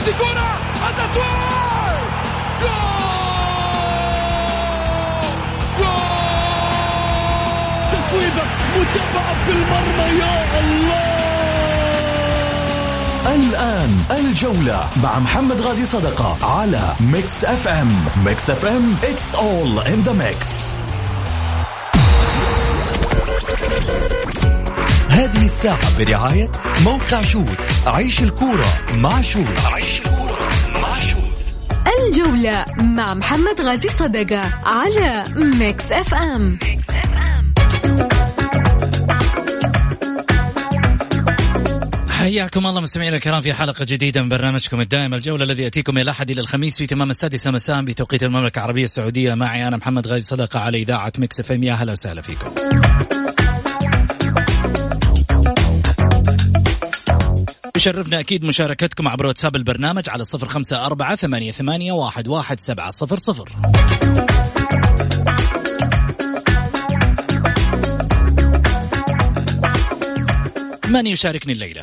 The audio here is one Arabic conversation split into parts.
هذه كرة التسويق جول تسويبة متابعة في المرمى يا الله. الآن الجولة مع محمد غازي صدقة على ميكس اف ام. ميكس اف ام it's all in the mix. هذه الساعة برعاية موقع شوت. عيش الكورة مع شوت. الجولة مع محمد غازي صدقة على ميكس اف ام. حياكم الله مستمعينا الكرام في حلقة جديدة من برنامجكم الدائم الجولة، الذي يأتيكم من الأحد إلى الخميس في تمام 6 مساء بتوقيت المملكة العربية السعودية. معي أنا محمد غازي صدقة على إذاعة ميكس اف ام. يا هلا وسهلا فيكم. يشرفنا أكيد مشاركتكم عبر واتساب البرنامج على 0548811700. من يشاركني الليلة؟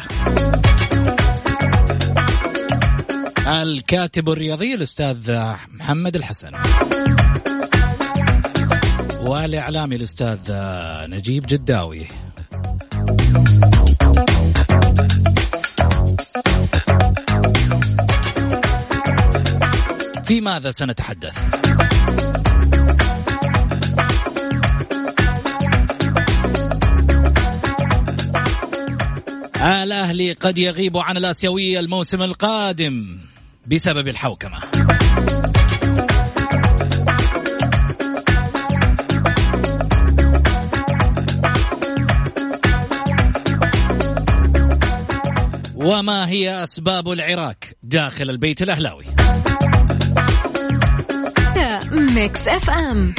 الكاتب الرياضي الأستاذ محمد الحسن، والإعلامي الأستاذ نجيب جداوي، في ماذا سنتحدث؟ الأهلي قد يغيب عن الآسيوية الموسم القادم بسبب الحوكمة. وما هي أسباب العراك داخل البيت الأهلاوي؟ ميكس اف ام.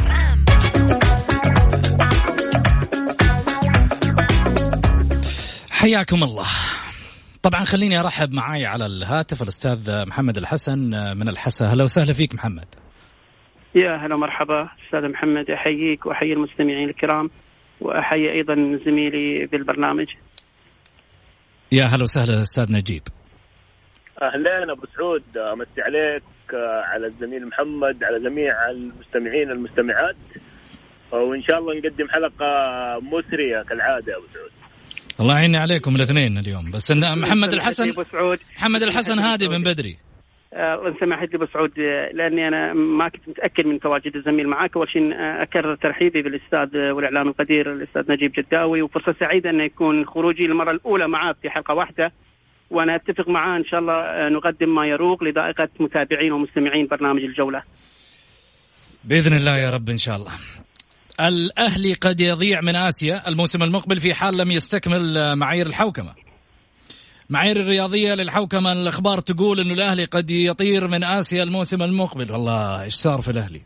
حياكم الله. طبعا خليني أرحب معاي على الهاتف الأستاذ محمد الحسن من الحسا. هلا وسهلا فيك محمد. يا هلا مرحبا أستاذ محمد، أحييك وأحيي المستمعين الكرام، وأحيي أيضا زميلي بالبرنامج. يا هلا وسهلا أستاذ نجيب. أهلين أبو سعود، أمسي عليك، على الزميل محمد، على جميع المستمعين المستمعات، وإن شاء الله نقدم حلقة مسرية كالعادة أبو سعود. الله يعيني عليكم الاثنين اليوم. بس إن محمد الحسن هادي من بدري. وإن سمحت لي أبو سعود، لأني أنا ما كنت متأكد من تواجد الزميل معك. أول شيء أكرر ترحيبي بالأستاذ والإعلام القدير الأستاذ نجيب جداوي، وفرصة سعيدة أن يكون خروجي المرة الأولى معاه في حلقة واحدة، وأنا أتفق معاه إن شاء الله نقدم ما يروق لذائقة متابعين ومستمعين برنامج الجولة بإذن الله يا رب إن شاء الله. الأهلي قد يضيع من آسيا الموسم المقبل في حال لم يستكمل معايير الحوكمة. معايير الرياضية للحوكمة، الأخبار تقول إنه الأهلي قد يطير من آسيا الموسم المقبل. والله إيش صار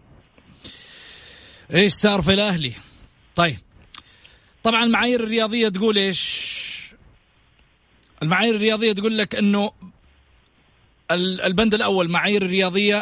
في الأهلي؟ طيب طبعا المعايير الرياضية تقول إيش؟ المعايير الرياضية تقول لك إنه البند الأول معايير الرياضية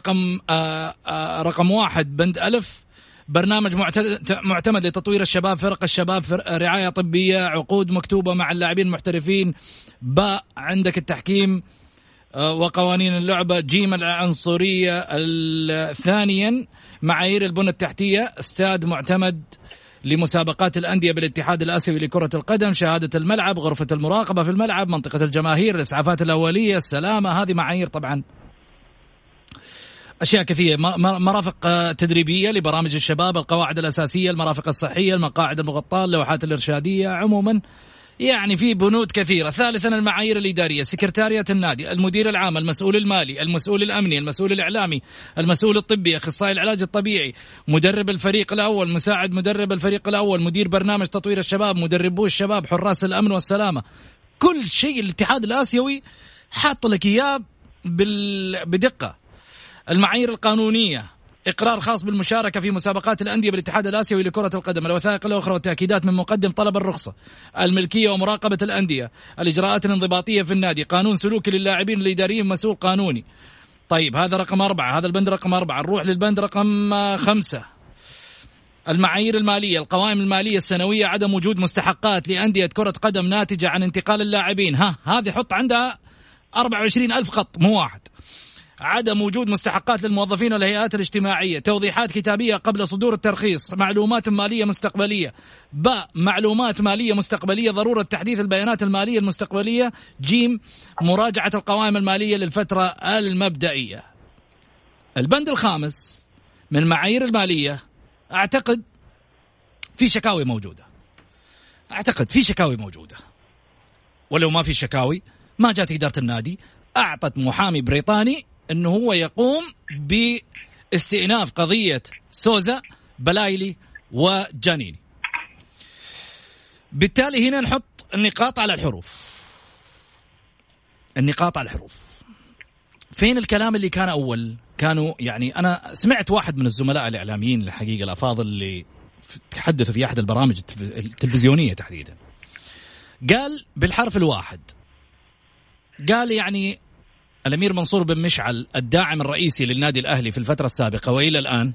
رقم 1 بند ألف، برنامج معتمد لتطوير الشباب، فرق الشباب، رعاية طبية، عقود مكتوبة مع اللاعبين المحترفين. باء عندك التحكيم وقوانين اللعبة. جيم العنصرية. ثانيا معايير البنى التحتية، استاد معتمد لمسابقات الأندية بالاتحاد الآسيوي لكرة القدم، شهادة الملعب، غرفة المراقبة في الملعب، منطقة الجماهير، الإسعافات الأولية، السلامة. هذه معايير طبعا أشياء كثيرة. مرافق تدريبية لبرامج الشباب، القواعد الأساسية، المرافق الصحية، المقاعد المغطاة، اللوحات الإرشادية. عموما يعني في بنود كثيرة. ثالثا المعايير الإدارية، سكرتارية النادي، المدير العام، المسؤول المالي، المسؤول الأمني، المسؤول الإعلامي، المسؤول الطبي، أخصائي العلاج الطبيعي، مدرب الفريق الأول، مساعد مدرب الفريق الأول، مدير برنامج تطوير الشباب، مدربو الشباب، حراس الأمن والسلامة. كل شيء الاتحاد الآسيوي حاط لك إياه بدقة. المعايير القانونية، إقرار خاص بالمشاركة في مسابقات الأندية بالاتحاد الآسيوي لكرة القدم، الوثائق الأخرى والتأكيدات من مقدم طلب الرخصة، الملكية ومراقبة الأندية، الإجراءات الانضباطية في النادي، قانون سلوك للاعبين الإداريين، مسؤول قانوني. طيب هذا رقم 4، هذا البند رقم 4. نروح للبند رقم 5، المعايير المالية، القوائم المالية السنوية، عدم وجود مستحقات لأندية كرة قدم ناتجة عن انتقال اللاعبين. هذه حط عندها 24,000 خط مو واحد. عدم وجود مستحقات للموظفين والهيئات الاجتماعية، توضيحات كتابية قبل صدور الترخيص، معلومات مالية مستقبلية، معلومات مالية مستقبلية، ضرورة تحديث البيانات المالية المستقبلية، مراجعة القوائم المالية للفترة المبدئية. البند الخامس من المعايير المالية، أعتقد في شكاوي موجودة، ولو ما في شكاوي ما جات إدارة النادي أعطت محامي بريطاني أنه هو يقوم باستئناف قضية سوزا، بلايلي وجانيني. بالتالي هنا نحط النقاط على الحروف. فين الكلام اللي كان أول؟ كانوا يعني أنا سمعت واحد من الزملاء الإعلاميين الحقيقة الأفاضل اللي تحدثوا في أحد البرامج التلفزيونية تحديدا، قال بالحرف الواحد، قال يعني الأمير منصور بن مشعل الداعم الرئيسي للنادي الأهلي في الفترة السابقة وإلى الآن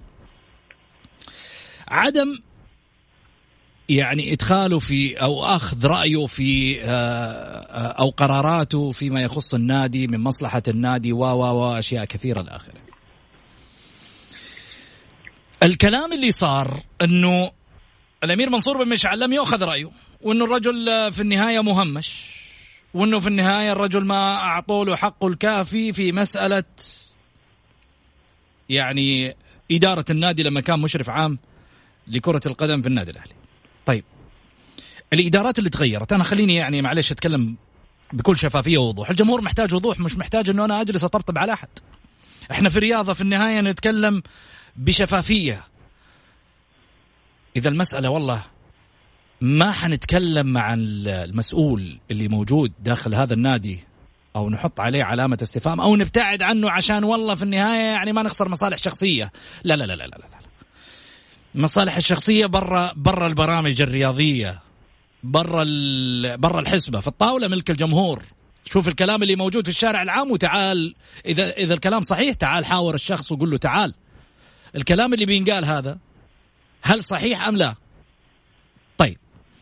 عدم يعني إدخاله في أو أخذ رأيه في أو قراراته فيما يخص النادي من مصلحة النادي وأشياء كثيرة الآخرة. الكلام اللي صار أنه الأمير منصور بن مشعل لم يأخذ رأيه، وأنه الرجل في النهاية مهمش، وأنه في النهاية الرجل ما أعطوا له حقه الكافي في مسألة يعني إدارة النادي لما كان مشرف عام لكرة القدم في النادي الأهلي. طيب الإدارات اللي تغيرت، أنا خليني يعني معلش أتكلم بكل شفافية ووضوح. الجمهور محتاج وضوح، مش محتاج أنه أنا أجلس أطبطب على أحد. إحنا في الرياضة في النهاية نتكلم بشفافية. إذا المسألة والله ما حنتكلم مع المسؤول اللي موجود داخل هذا النادي أو نحط عليه علامة استفهام أو نبتعد عنه عشان والله في النهاية يعني ما نخسر مصالح شخصية. لا لا لا لا لا لا. مصالح الشخصية برا البرامج الرياضية، برا الحسبة، في الطاولة ملك الجمهور. شوف الكلام اللي موجود في الشارع العام وتعال إذا الكلام صحيح تعال حاور الشخص وقول له تعال الكلام اللي بينقال هذا هل صحيح أم لا؟ طيب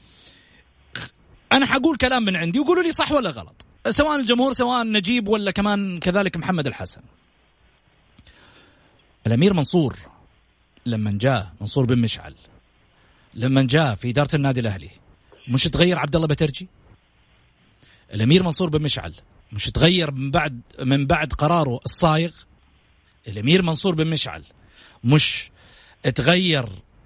أنا حقول كلام من عندي وقولوا لي صح ولا غلط، سواء الجمهور سواء نجيب ولا كمان كذلك محمد الحسن. الأمير منصور لما جاء منصور بن مشعل لما جاء في إدارة النادي الأهلي مش تغير عبد الله بترجي؟ الأمير منصور بن مشعل مش تغير من بعد قراره الصايغ؟ الأمير منصور بن مشعل مش تغير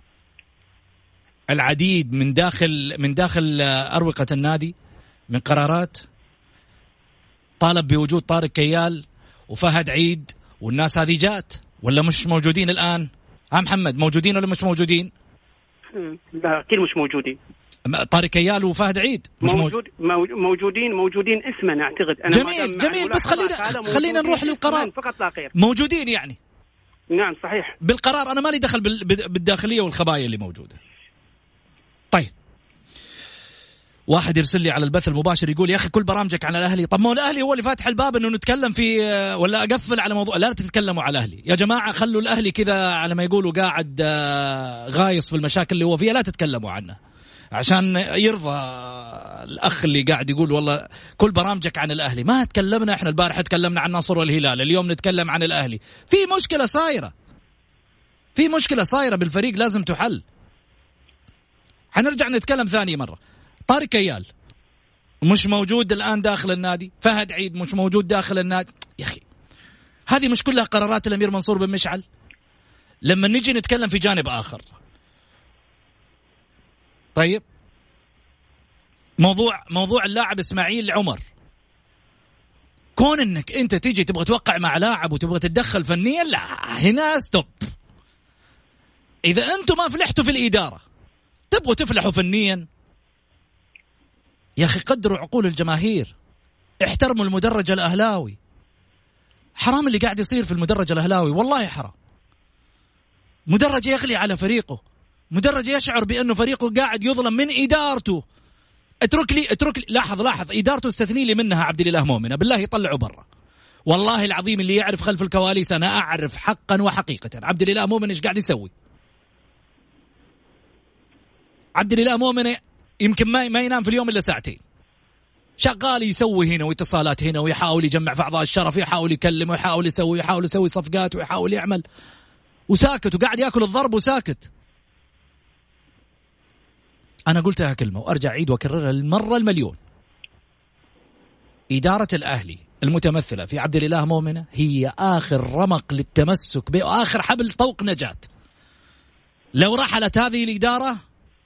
العديد من داخل أروقة النادي من قرارات؟ طالب بوجود طارق كيال وفهد عيد والناس هذه جات ولا مش موجودين الآن؟ محمد موجودين ولا مش موجودين؟ لا أكيد مش موجودين. طارق كيال وفهد عيد مش موجودين اسما أعتقد. أنا جميل بس خلينا نروح للقرار فقط لا غير. موجودين يعني. نعم صحيح. بالقرار أنا مالي دخل بالداخلية والخبايا اللي موجودة. طيب واحد يرسل لي على البث المباشر يقول يا أخي كل برامجك عن الأهلي. طب ما هو الأهلي هو اللي فاتح الباب إنه نتكلم في ولا أقفل على موضوع؟ لا تتكلموا على الأهلي يا جماعة، خلوا الأهلي كذا على ما يقولوا قاعد غايص في المشاكل اللي هو فيها، لا تتكلموا عنه عشان يرضى الأخ اللي قاعد يقول والله كل برامجك عن الأهلي. ما تكلمنا إحنا البارحة تكلمنا عن النصر والهلال، اليوم نتكلم عن الأهلي. في مشكلة صايرة بالفريق لازم تحل. حنرجع نتكلم ثاني مرة. طارق كيال مش موجود الآن داخل النادي، فهد عيد مش موجود داخل النادي. يا أخي هذه مش كلها قرارات الأمير منصور بن مشعل؟ لما نجي نتكلم في جانب آخر، طيب موضوع اللاعب إسماعيل عمر، كون انك انت تيجي تبغى توقع مع لاعب وتبغى تتدخل فنيا، لا هنا ستوب. اذا انتم ما فلحتوا في الاداره تبغوا تفلحوا فنيا، يا اخي قدروا عقول الجماهير، احترموا المدرج الاهلاوي. حرام اللي قاعد يصير في المدرج الاهلاوي، والله حرام. مدرج يغلي على فريقه، مدرج يشعر بانه فريقه قاعد يظلم من ادارته. اترك لي لاحظ ادارته استثني لي منها عبد الاله مؤمنه، بالله يطلعوا برا. والله العظيم اللي يعرف خلف الكواليس انا اعرف حقا وحقيقه عبد الاله مؤمن ايش قاعد يسوي. عبد الاله مؤمن يمكن ما ينام في اليوم الا ساعتين. شغال يسوي هنا واتصالات هنا، ويحاول يجمع في أعضاء الشرف، يحاول يكلم ويحاول يسوي صفقات ويحاول يعمل، وساكت وقاعد يأكل الضرب وساكت. أنا قلتها كلمة وأرجع أعيد وأكررها المرة المليون، إدارة الأهلي المتمثلة في عبد الإله مؤمنة هي آخر رمق للتمسك به، آخر حبل طوق نجاة. لو رحلت هذه الإدارة،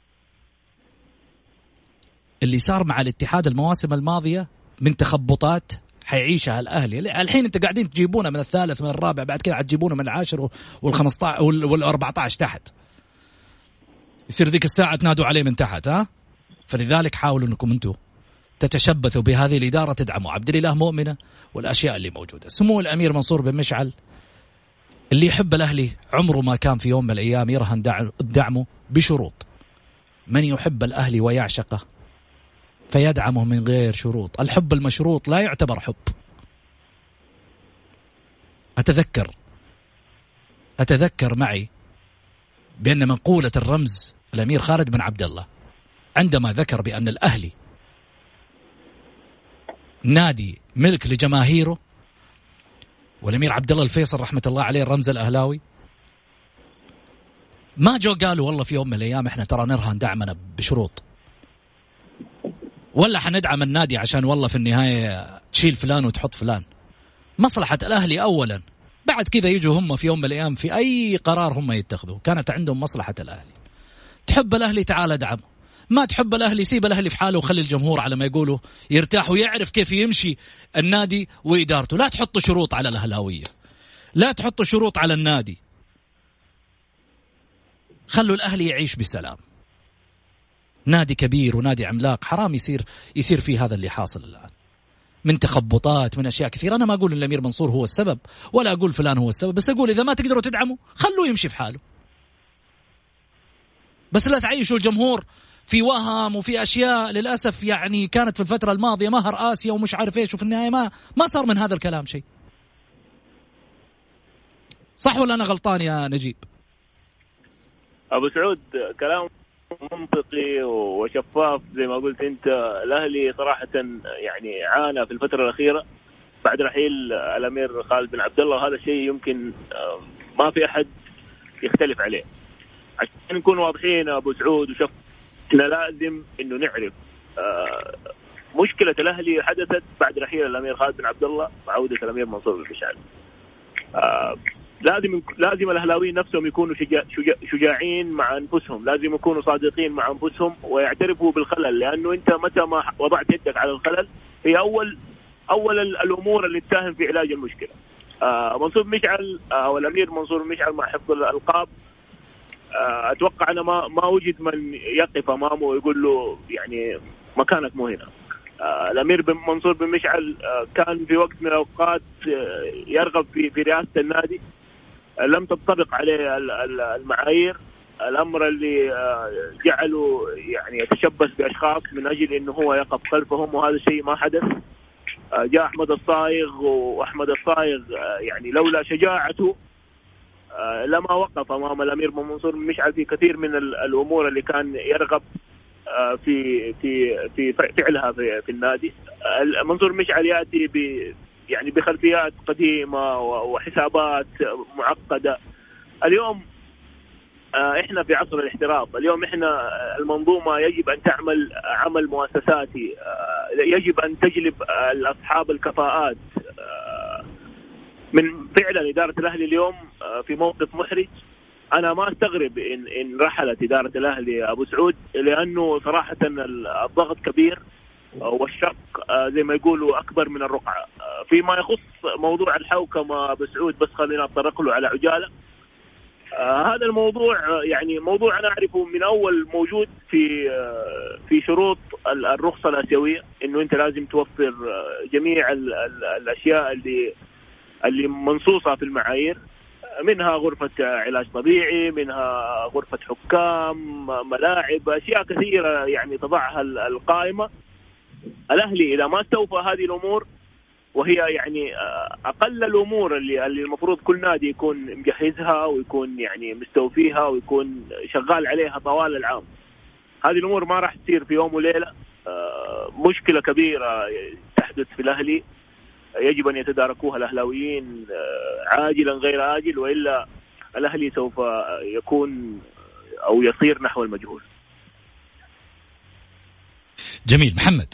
اللي صار مع الاتحاد المواسم الماضية من تخبطات حيعيشها الأهلي. الحين أنت قاعدين تجيبونه من الثالث من الرابع، بعد كده حتجيبونه من العاشر وال15 وال14 تحت، يصير ذيك الساعة تنادوا عليه من تحت. ها، فلذلك حاولوا أنكم أنتم تتشبثوا بهذه الإدارة، تدعموا عبد الإله مؤمنة والأشياء اللي موجودة. سمو الأمير منصور بن مشعل اللي يحب الأهلي عمره ما كان في يوم من الأيام يرهن دعمه بشروط. من يحب الأهلي ويعشقه فيدعمه من غير شروط. الحب المشروط لا يعتبر حب. أتذكر معي بأن مقولة الرمز الأمير خالد بن عبد الله عندما ذكر بأن الأهلي نادي ملك لجماهيره، والأمير عبد الله الفيصل رحمة الله عليه الرمز الأهلاوي، ما جو قالوا والله في يوم من الأيام إحنا ترى نرهن دعمنا بشروط، ولا حندعم النادي عشان والله في النهاية تشيل فلان وتحط فلان. مصلحة الأهلي أولا، بعد كذا يجوا هم في يوم من الأيام في أي قرار هم يتخذوا كانت عندهم مصلحة الأهلي. تحب الأهلي تعال دعمه، ما تحب الأهلي سيب الأهلي في حاله وخلي الجمهور على ما يقولوا يرتاح ويعرف كيف يمشي النادي وإدارته. لا تحطوا شروط على الأهلاوية، لا تحطوا شروط على النادي، خلوا الأهلي يعيش بسلام. نادي كبير ونادي عملاق، حرام يصير فيه هذا اللي حاصل الآن من تخبطات من أشياء كثيرة. أنا ما أقول إن الأمير منصور هو السبب ولا أقول فلان هو السبب، بس أقول إذا ما تقدروا تدعموا خلوه يمشي في حاله، بس لا تعيشوا الجمهور في وفي أشياء للأسف يعني كانت في الفترة الماضية مهر آسيا ومش عارف إيش، وفي النهاية ما صار من هذا الكلام شيء. صح ولا أنا غلطان يا نجيب؟ أبو سعود كلام منطقي وشفاف زي ما قلت أنت. الأهلي صراحة يعني عانى في الفترة الأخيرة بعد رحيل الأمير خالد بن عبد الله، هذا الشيء يمكن ما في أحد يختلف عليه. عشان نكون واضحين أبو سعود وشف، إحنا لازم إنه نعرف مشكلة الأهلي حدثت بعد رحيل الأمير خالد بن عبد الله وعودة الأمير منصور بن مشعل. لازم الأهلاويين نفسهم يكونوا شجاعين مع أنفسهم، لازم يكونوا صادقين مع أنفسهم ويعترفوا بالخلل، لأنه أنت متى ما وضعت يدك على الخلل هي أول الأمور اللي تساهم في علاج المشكلة. منصور بن مشعل أو الأمير منصور بن مشعل مع حفظ الألقاب، أتوقع أنا ما وجد من يقف أمامه ويقول له يعني مكانك مو هنا. الأمير منصور بن مشعل كان في وقت من الأوقات يرغب في رئاسة النادي، لم تنطبق عليه المعايير، الأمر اللي جعله يعني يتشبث بأشخاص من أجل إنه هو يقف خلفهم، وهذا الشيء ما حدث. جاء أحمد الصايغ، وأحمد الصايغ يعني لولا شجاعته لما وقف أمام الأمير منصور بن مشعل في كثير من الأمور اللي كان يرغب في فعلها في النادي. منصور مشعل يأتي يعني بخلفيات قديمة وحسابات معقدة. اليوم احنا في عصر الاحتراف، اليوم احنا المنظومة يجب أن تعمل عمل مؤسساتي، يجب أن تجلب أصحاب الكفاءات. من فعلا إدارة الأهلي اليوم في موقف محرج. أنا ما أستغرب إن رحلت إدارة الأهلي أبو سعود، لأنه صراحة الضغط كبير والشق زي ما يقولوا أكبر من الرقعة. فيما يخص موضوع الحوكمة أبو سعود، بس خلينا نتطرق له على عجالة. هذا الموضوع يعني موضوع أنا أعرفه من أول موجود في شروط الرخصة الآسيوية، إنه أنت لازم توفر جميع الأشياء اللي منصوصة في المعايير، منها غرفة علاج طبيعي، منها غرفة حكام، ملاعب، أشياء كثيرة يعني تضعها القائمة. الأهلي إذا ما استوفى هذه الأمور، وهي يعني أقل الأمور اللي المفروض كل نادي يكون مجهزها ويكون يعني مستوفيها ويكون شغال عليها طوال العام، هذه الأمور ما راح تصير في يوم وليلة. مشكلة كبيرة تحدث في الأهلي يجب أن يتداركوها الأهلاويين عاجلا غير عاجل، وإلا الأهلي سوف يكون أو يصير نحو المجهول. جميل. محمد،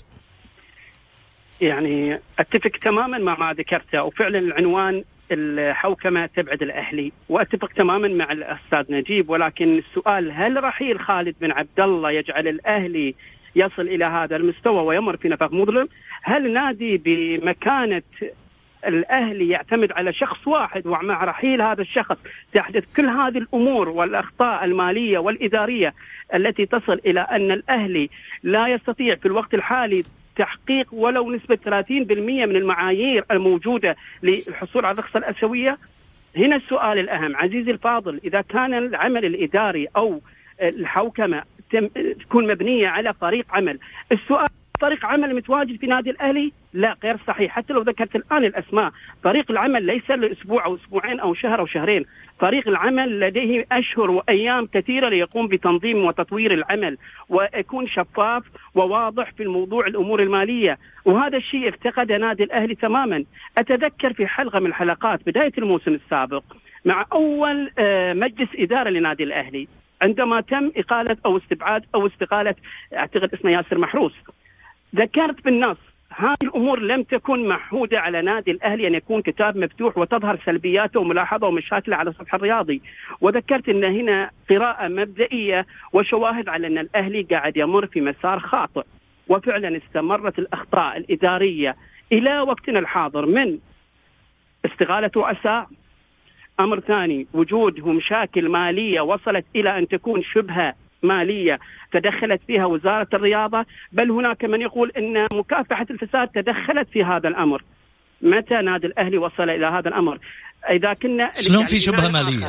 يعني أتفق تماما مع ما ذكرته، وفعلا العنوان الحوكمة تبعد الأهلي، وأتفق تماما مع الأستاذ نجيب، ولكن السؤال هل رحيل خالد بن عبد الله يجعل الأهلي يصل إلى هذا المستوى ويمر في نفق مظلم؟ هل نادي بمكانة الأهلي يعتمد على شخص واحد ومع رحيل هذا الشخص تحدث كل هذه الأمور والأخطاء المالية والإدارية التي تصل إلى أن الأهلي لا يستطيع في الوقت الحالي تحقيق ولو نسبة 30% من المعايير الموجودة للحصول على الرخصة الآسيوية؟ هنا السؤال الأهم عزيزي الفاضل، إذا كان العمل الإداري أو الحوكمة تكون مبنية على فريق عمل، السؤال فريق عمل متواجد في نادي الأهلي؟ لا، غير صحيح. حتى لو ذكرت الآن الأسماء، فريق العمل ليس لأسبوع أو أسبوعين أو شهر أو شهرين، فريق العمل لديه أشهر وأيام كثيرة ليقوم بتنظيم وتطوير العمل ويكون شفاف وواضح في الموضوع الأمور المالية، وهذا الشيء افتقد نادي الأهلي تماما. أتذكر في حلقة من حلقات بداية الموسم السابق مع أول مجلس إدارة لنادي الأهلي، عندما تم إقالة أو استبعاد أو استقالة أعتقد اسمه ياسر محروس، ذكرت بالنص هذه الأمور لم تكن محودة على نادي الأهلي أن يكون كتاب مفتوح وتظهر سلبياته وملاحظة ومشاكله على السطح الرياضي، وذكرت أن هنا قراءة مبدئية وشواهد على أن الأهلي قاعد يمر في مسار خاطئ، وفعلا استمرت الأخطاء الإدارية إلى وقتنا الحاضر، من استقالة رؤساء، أمر ثاني وجود مشاكل مالية وصلت إلى أن تكون شبه مالية تدخلت فيها وزارة الرياضة، بل هناك من يقول أن مكافحة الفساد تدخلت في هذا الأمر. متى نادي الأهلي وصل إلى هذا الأمر؟ إذا كنا شلون في شبهة مالية؟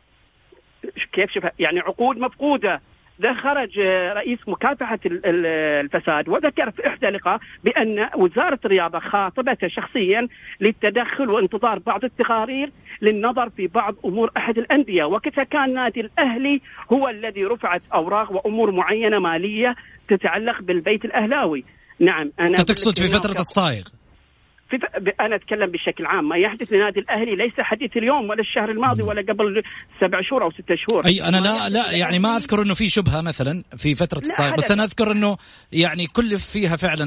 كيف شبهة؟ يعني عقود مفقودة. ده خرج رئيس مكافحة الفساد وذكر في إحدى لقاء بأن وزارة الرياضة خاطبته شخصيا للتدخل وانتظار بعض التقارير للنظر في بعض أمور أحد الأندية، وكذا كان نادي الأهلي هو الذي رفعت أوراق وأمور معينة مالية تتعلق بالبيت الأهلاوي. نعم، أنا تقصد في فترة الصايغ؟ أنا أتكلم بشكل عام، ما يحدث لنادي الأهلي ليس حديث اليوم ولا الشهر الماضي ولا قبل 7 شهور أو 6 شهور. أي أنا لا يعني ما أذكر إنه في شبهة مثلا في فترة الصايغ، بس أنا أذكر إنه يعني كلف فيها فعلا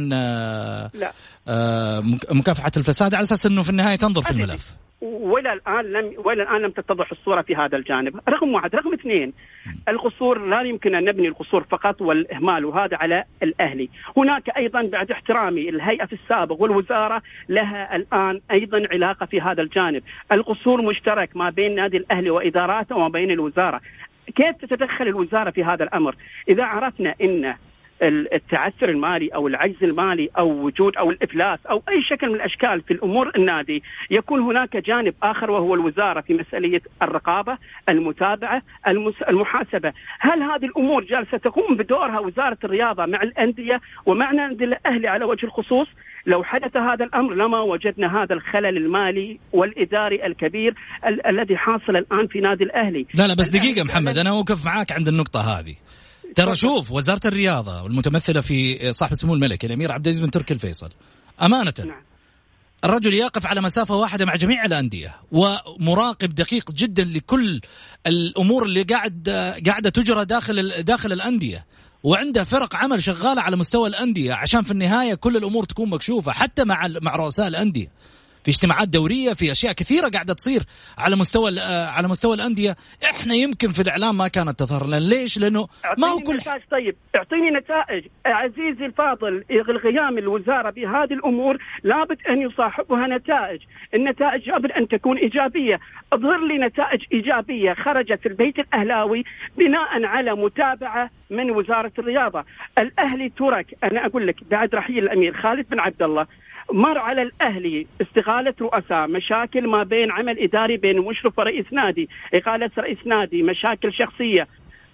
مكافحة الفساد على أساس إنه في النهاية تنظر في الملف. ولا الآن لم تتضح الصورة في هذا الجانب. رقم 1. رقم 2، القصور لا يمكن أن نبني القصور فقط والإهمال وهذا على الأهلي. هناك أيضا بعد احترامي الهيئة في السابق والوزارة لها الآن أيضا علاقة في هذا الجانب. القصور مشترك ما بين نادي الأهلي وإداراته وما بين الوزارة. كيف تتدخل الوزارة في هذا الأمر؟ إذا عرفنا أن التعثر المالي أو العجز المالي أو وجود أو الإفلاس أو أي شكل من الأشكال في الأمور النادي، يكون هناك جانب آخر وهو الوزارة في مسألة الرقابة، المتابعة، المحاسبة. هل هذه الأمور جالسة تقوم بدورها وزارة الرياضة مع الأندية ومع نادي الأهلي على وجه الخصوص؟ لو حدث هذا الأمر لما وجدنا هذا الخلل المالي والإداري الكبير الذي حاصل الآن في نادي الأهلي. لا بس دقيقة محمد، أنا أوقف معاك عند النقطة هذه. ترى شوف، وزارة الرياضة والمتمثلة في صاحب السمو الملكي الأمير عبد العزيز بن تركي الفيصل، أمانة الرجل يقف على مسافة واحدة مع جميع الأندية ومراقب دقيق جدا لكل الأمور اللي قاعدة تجرى داخل الأندية، وعنده فرق عمل شغالة على مستوى الأندية عشان في النهاية كل الأمور تكون مكشوفة، حتى مع رؤساء الأندية في اجتماعات دورية، في أشياء كثيرة قاعدة تصير على مستوى الأندية. إحنا يمكن في الإعلام ما كانت تظهر لنا. ليش؟ لأنه ما هو كل نتائج. طيب اعطيني نتائج عزيزي الفاضل. القيام الوزارة بهذه الأمور لابد أن يصاحبها نتائج. النتائج لابد أن تكون إيجابية. اظهر لي نتائج إيجابية خرجت في البيت الأهلاوي بناء على متابعة من وزارة الرياضة. الأهلي ترك، أنا أقول لك بعد رحيل الأمير خالد بن عبد الله مر على الأهلي استقالة رؤساء، مشاكل ما بين عمل إداري بين مشرف ورئيس نادي، إقالة رئيس نادي، مشاكل شخصية،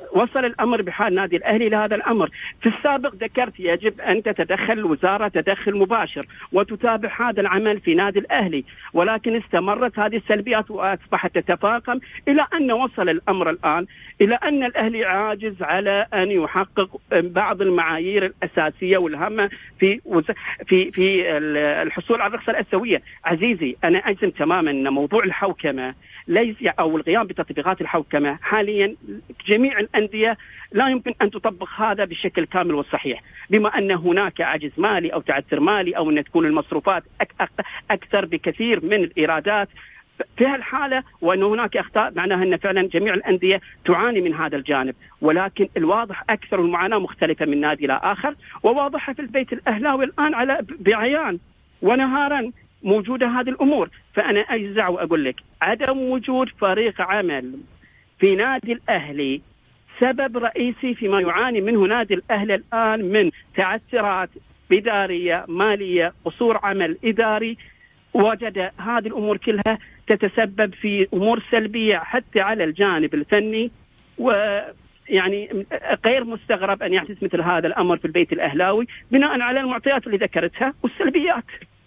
وصل الأمر بحال نادي الأهلي لهذا الأمر. في السابق ذكرت يجب أن تتدخل الوزارة تدخل مباشر وتتابع هذا العمل في نادي الأهلي، ولكن استمرت هذه السلبيات وأصبحت تتفاقم إلى أن وصل الأمر الآن إلى أن الأهلي عاجز على أن يحقق بعض المعايير الأساسية والهامة في الحصول على الرخصة الآسيوية. عزيزي أنا أجزم تماما أن موضوع الحوكمة ليس أو القيام بتطبيقات الحوكمة حاليا جميع الأندية لا يمكن أن تطبق هذا بشكل كامل والصحيح، بما أن هناك عجز مالي أو تعثر مالي أو أن تكون المصروفات أكثر بكثير من الإيرادات في هالحالة، وأن هناك أخطاء معناها أن فعلا جميع الأندية تعاني من هذا الجانب. ولكن الواضح أكثر المعاناة مختلفة من نادي إلى آخر، وواضحة في البيت الأهلاوي الآن على بعيان ونهارا موجودة هذه الأمور. فأنا أجزع وأقول لك عدم وجود فريق عمل في نادي الأهلي سبب رئيسي فيما يعاني منه نادي الأهلي الآن من تعثرات إدارية مالية قصور عمل إداري. وجد هذه الأمور كلها تتسبب في أمور سلبية حتى على الجانب الفني، ويعني غير مستغرب أن يحدث مثل هذا الأمر في البيت الأهلاوي بناء على المعطيات اللي ذكرتها والسلبيات.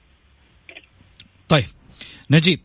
طيب نجيب،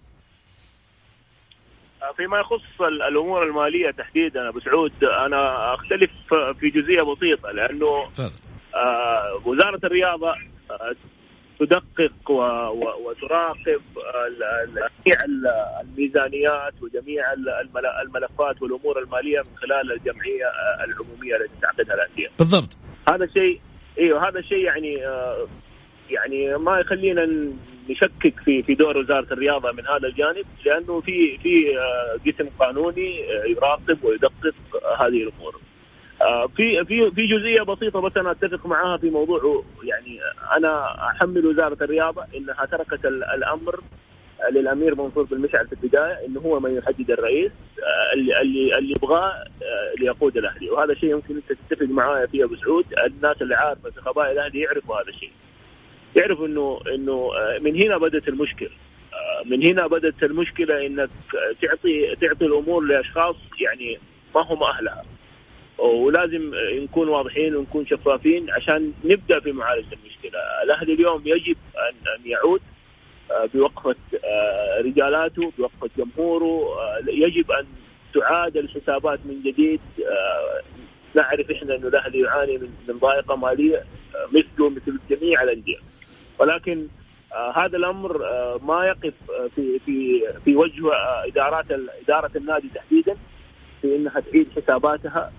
فيما يخص الأمور المالية تحديدا أبو سعود أنا أختلف في جزئية بسيطة، لأنه وزارة الرياضة تدقق وتراقب جميع الميزانيات وجميع الملفات والأمور المالية من خلال الجمعية العمومية التي تعقدها الأندية. بالضبط. هذا الشيء هذا الشيء يعني ما يخلينا نشكك في دور وزارة الرياضة من هذا الجانب، لأنه في قسم قانوني يراقب ويدقق هذه الأمور. في جزئية بسيطة بس أنا أتفق معها في موضوع، يعني أنا أحمل وزارة الرياضة إنها تركت الأمر للأمير منصور بالمشعل في البداية، إنه هو من يحدد الرئيس اللي يبغاه ليقود الأهلي، وهذا شيء يمكن أنت تتفق معايا فيه أبو سعود. الناس اللي عارفة في خبائل الأهلي يعرفوا هذا الشيء، يعرفوا إنه من هنا بدأت المشكلة. من هنا بدأت المشكلة إنك تعطي الأمور لأشخاص يعني ما هم أهلها، ولازم نكون واضحين ونكون شفافين عشان نبدأ في معالجة المشكلة. الأهلي اليوم يجب أن يعود بوقفة رجالاته بوقفة جمهوره، يجب أن تعاد الحسابات من جديد. نعرف إحنا أن الأهلي يعاني من ضائقة مالية مثل جميع الأندية، ولكن هذا الأمر ما يقف في وجه إدارة النادي تحديدا في إنها تعيد حساباتها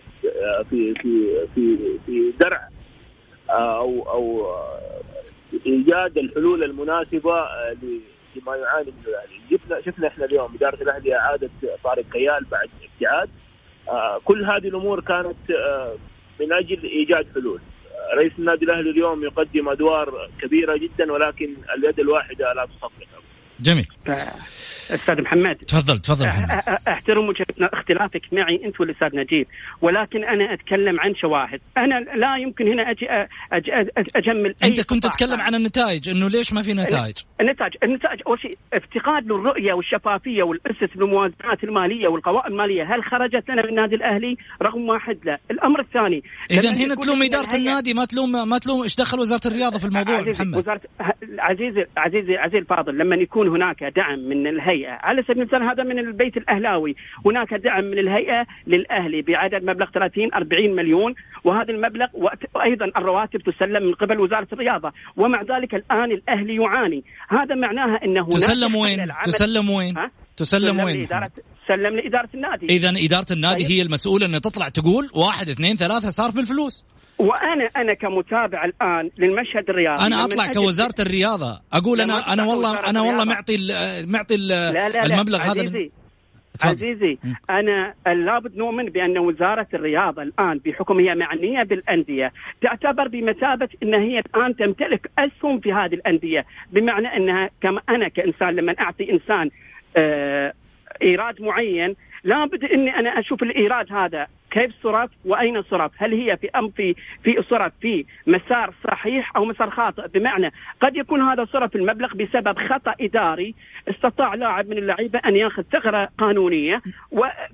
في درع أو إيجاد الحلول المناسبة لما يعاني منه الأهلي. شفنا إحنا اليوم إدارة الأهلي أعادت طارق كيال بعد ابتعاد. كل هذه الأمور كانت من أجل إيجاد حلول. رئيس النادي الأهلي اليوم يقدم أدوار كبيرة جدا، ولكن اليد الواحدة لا تصفق. جميل. أستاذ محمد تفضل محمد. أحترم وجهة اختلافك معي أنت والأستاذ نجيب، ولكن أنا أتكلم عن شواهد. أنا لا يمكن هنا أجمل. أنت كنت تتكلم عن النتائج، إنه ليش ما في نتائج. النتائج أول شيء افتقاد للرؤية والشفافية والأسس بالموازنات المالية والقوائم المالية هل خرجت لنا من النادي الأهلي؟ رقم واحد لا. الأمر الثاني إذا هنا تلوم إدارة النادي، ما تلوم إيش دخل وزارة الرياضة في الموضوع. محمد عزيزي الفاضل، لما يكون هناك دعم من الهيئة على سبيل المثال، هذا من البيت الأهلاوي، هناك دعم من الهيئة للأهلي بعدد مبلغ 30-40 مليون، وهذا المبلغ وأيضا الرواتب تسلم من قبل وزارة الرياضة، ومع ذلك الآن الأهلي يعاني. هذا معناها أنه تسلم وين؟ تسلم وين؟ سلم لإدارة النادي. إذا إدارة النادي هي المسؤولة أن تطلع تقول 1 2 3 صار بالفلوس. وأنا كمتابع الآن للمشهد الرياضي، أنا أطلع كوزارة الرياضة أقول أنا والله معطي المبلغ هذا. عزيزي أنا لابد نؤمن بأن وزارة الرياضة الآن بحكم هي معنية بالأندية تعتبر بمثابة أن هي الآن تمتلك أسهم في هذه الأندية، بمعنى أنها كما أنا كإنسان لما أعطي إنسان إيراد معين لابد أني أنا أشوف الإيراد هذا كيف صرف وأين صرف، هل هي في صرف في مسار صحيح أو مسار خاطئ. بمعنى قد يكون هذا صرف المبلغ بسبب خطأ إداري، استطاع لاعب من اللعيبة أن يأخذ ثغرة قانونية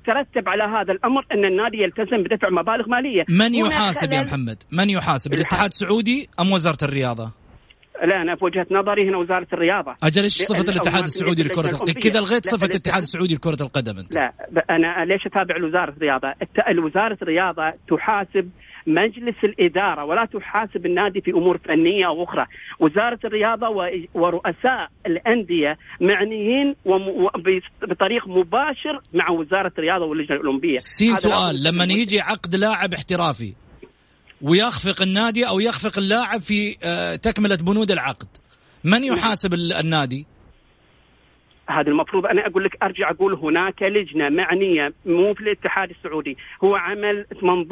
يترتب على هذا الأمر أن النادي يلتزم بدفع مبالغ مالية. من يحاسب يا محمد؟ من يحاسب، الاتحاد السعودي أم وزارة الرياضة؟ لا، أنا في وجهة نظري هنا وزارة الرياضة. أجل إيش صفة الاتحاد السعودي لكرة القدم؟ كذا لغيت صفة الاتحاد السعودي لكرة القدم أنت. لا، أنا ليش أتابع وزارة الرياضة؟ وزارة الرياضة تحاسب مجلس الإدارة ولا تحاسب النادي في أمور فنية أو أخرى. وزارة الرياضة ورؤساء الأندية معنيين بطريق مباشر مع وزارة الرياضة واللجنة الأولمبية. سؤال، لما يجي عقد لاعب احترافي ويخفق النادي أو يخفق اللاعب في تكملة بنود العقد، من يحاسب النادي؟ هذا المفروض أنا أقول لك، أرجع أقول هناك لجنة معنية، مو في الاتحاد السعودي، هو عمل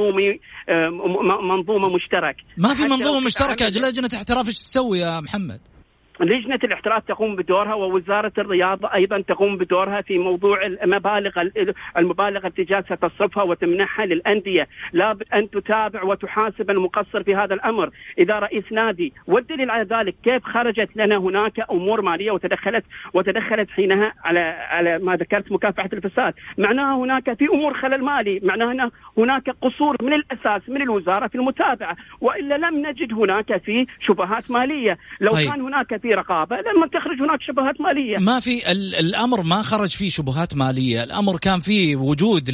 منظومة مشترك. ما في منظومة مشتركة. لجنة احتراف ايش تسوي يا محمد؟ لجنة الاحتراف تقوم بدورها، ووزارة الرياضة أيضا تقوم بدورها في موضوع المبالغ التي جالسة تصرفها وتمنحها للأندية. لابد أن تتابع وتحاسب المقصر في هذا الأمر. إذا رئيس نادي، والدليل على ذلك كيف خرجت لنا هناك أمور مالية وتدخلت حينها على ما ذكرت مكافحة الفساد، معناها هناك في أمور خلل مالي، معناها هناك قصور من الأساس من الوزارة في المتابعة، وإلا لم نجد هناك في شبهات مالية. لو كان هناك في رقابة لما تخرج هناك شبهات مالية. ما في الأمر ما خرج فيه شبهات مالية، الأمر كان فيه وجود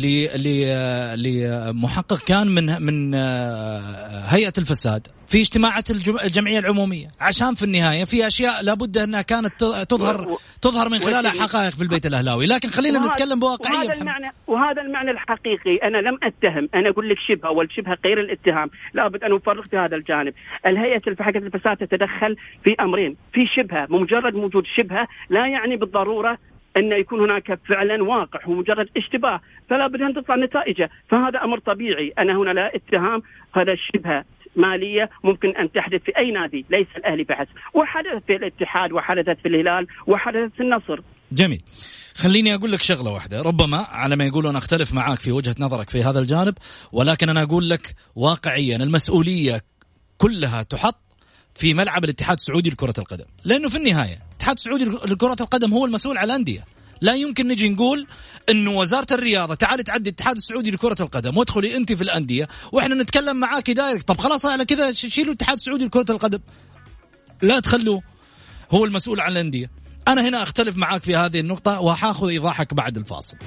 لمحقق كان من هيئة الفساد في اجتماعات الجمعية العمومية، عشان في النهاية في أشياء لابد أنها كانت تظهر من خلالها حقائق في البيت الأهلاوي. لكن خلينا نتكلم بواقعية. وهذا المعنى الحقيقي. أنا لم أتهم، أنا أقول لك شبهة، والشبهة غير الاتهام. لابد أن نفرق في هذا الجانب. الهيئة الفحص الفساد تتدخل في أمرين، في شبهة، بمجرد وجود شبهة لا يعني بالضرورة أن يكون هناك فعلا واقع، هو مجرد اشتباه، فلا بد أن تطلع نتائجه. فهذا أمر طبيعي. أنا هنا لا اتهام، هذا الشبهة مالية ممكن أن تحدث في أي نادي، ليس الأهلي بحث، وحدثت في الاتحاد وحدثت في الهلال وحدثت في النصر. جميل. خليني أقول لك شغلة واحدة، ربما على ما يقولون أختلف معاك في وجهة نظرك في هذا الجانب، ولكن أنا أقول لك واقعيا المسؤولية كلها تحط في ملعب الاتحاد السعودي لكرة القدم، لأنه في النهاية الاتحاد السعودي لكرة القدم هو المسؤول على الأندية. لا يمكن نجي نقول إنه وزارة الرياضة تعالي تعدي الاتحاد السعودي لكرة القدم وادخلي أنت في الأندية وإحنا نتكلم معاك دايركت. طب خلاص على كذا شيلوا الاتحاد السعودي لكرة القدم، لا تخلوه هو المسؤول عن الأندية. أنا هنا أختلف معاك في هذه النقطة وحاخذ إيضاحك بعد الفاصل.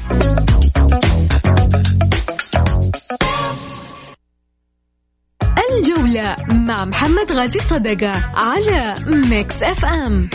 الجولة مع محمد غازي صدقة على ميكس اف ام.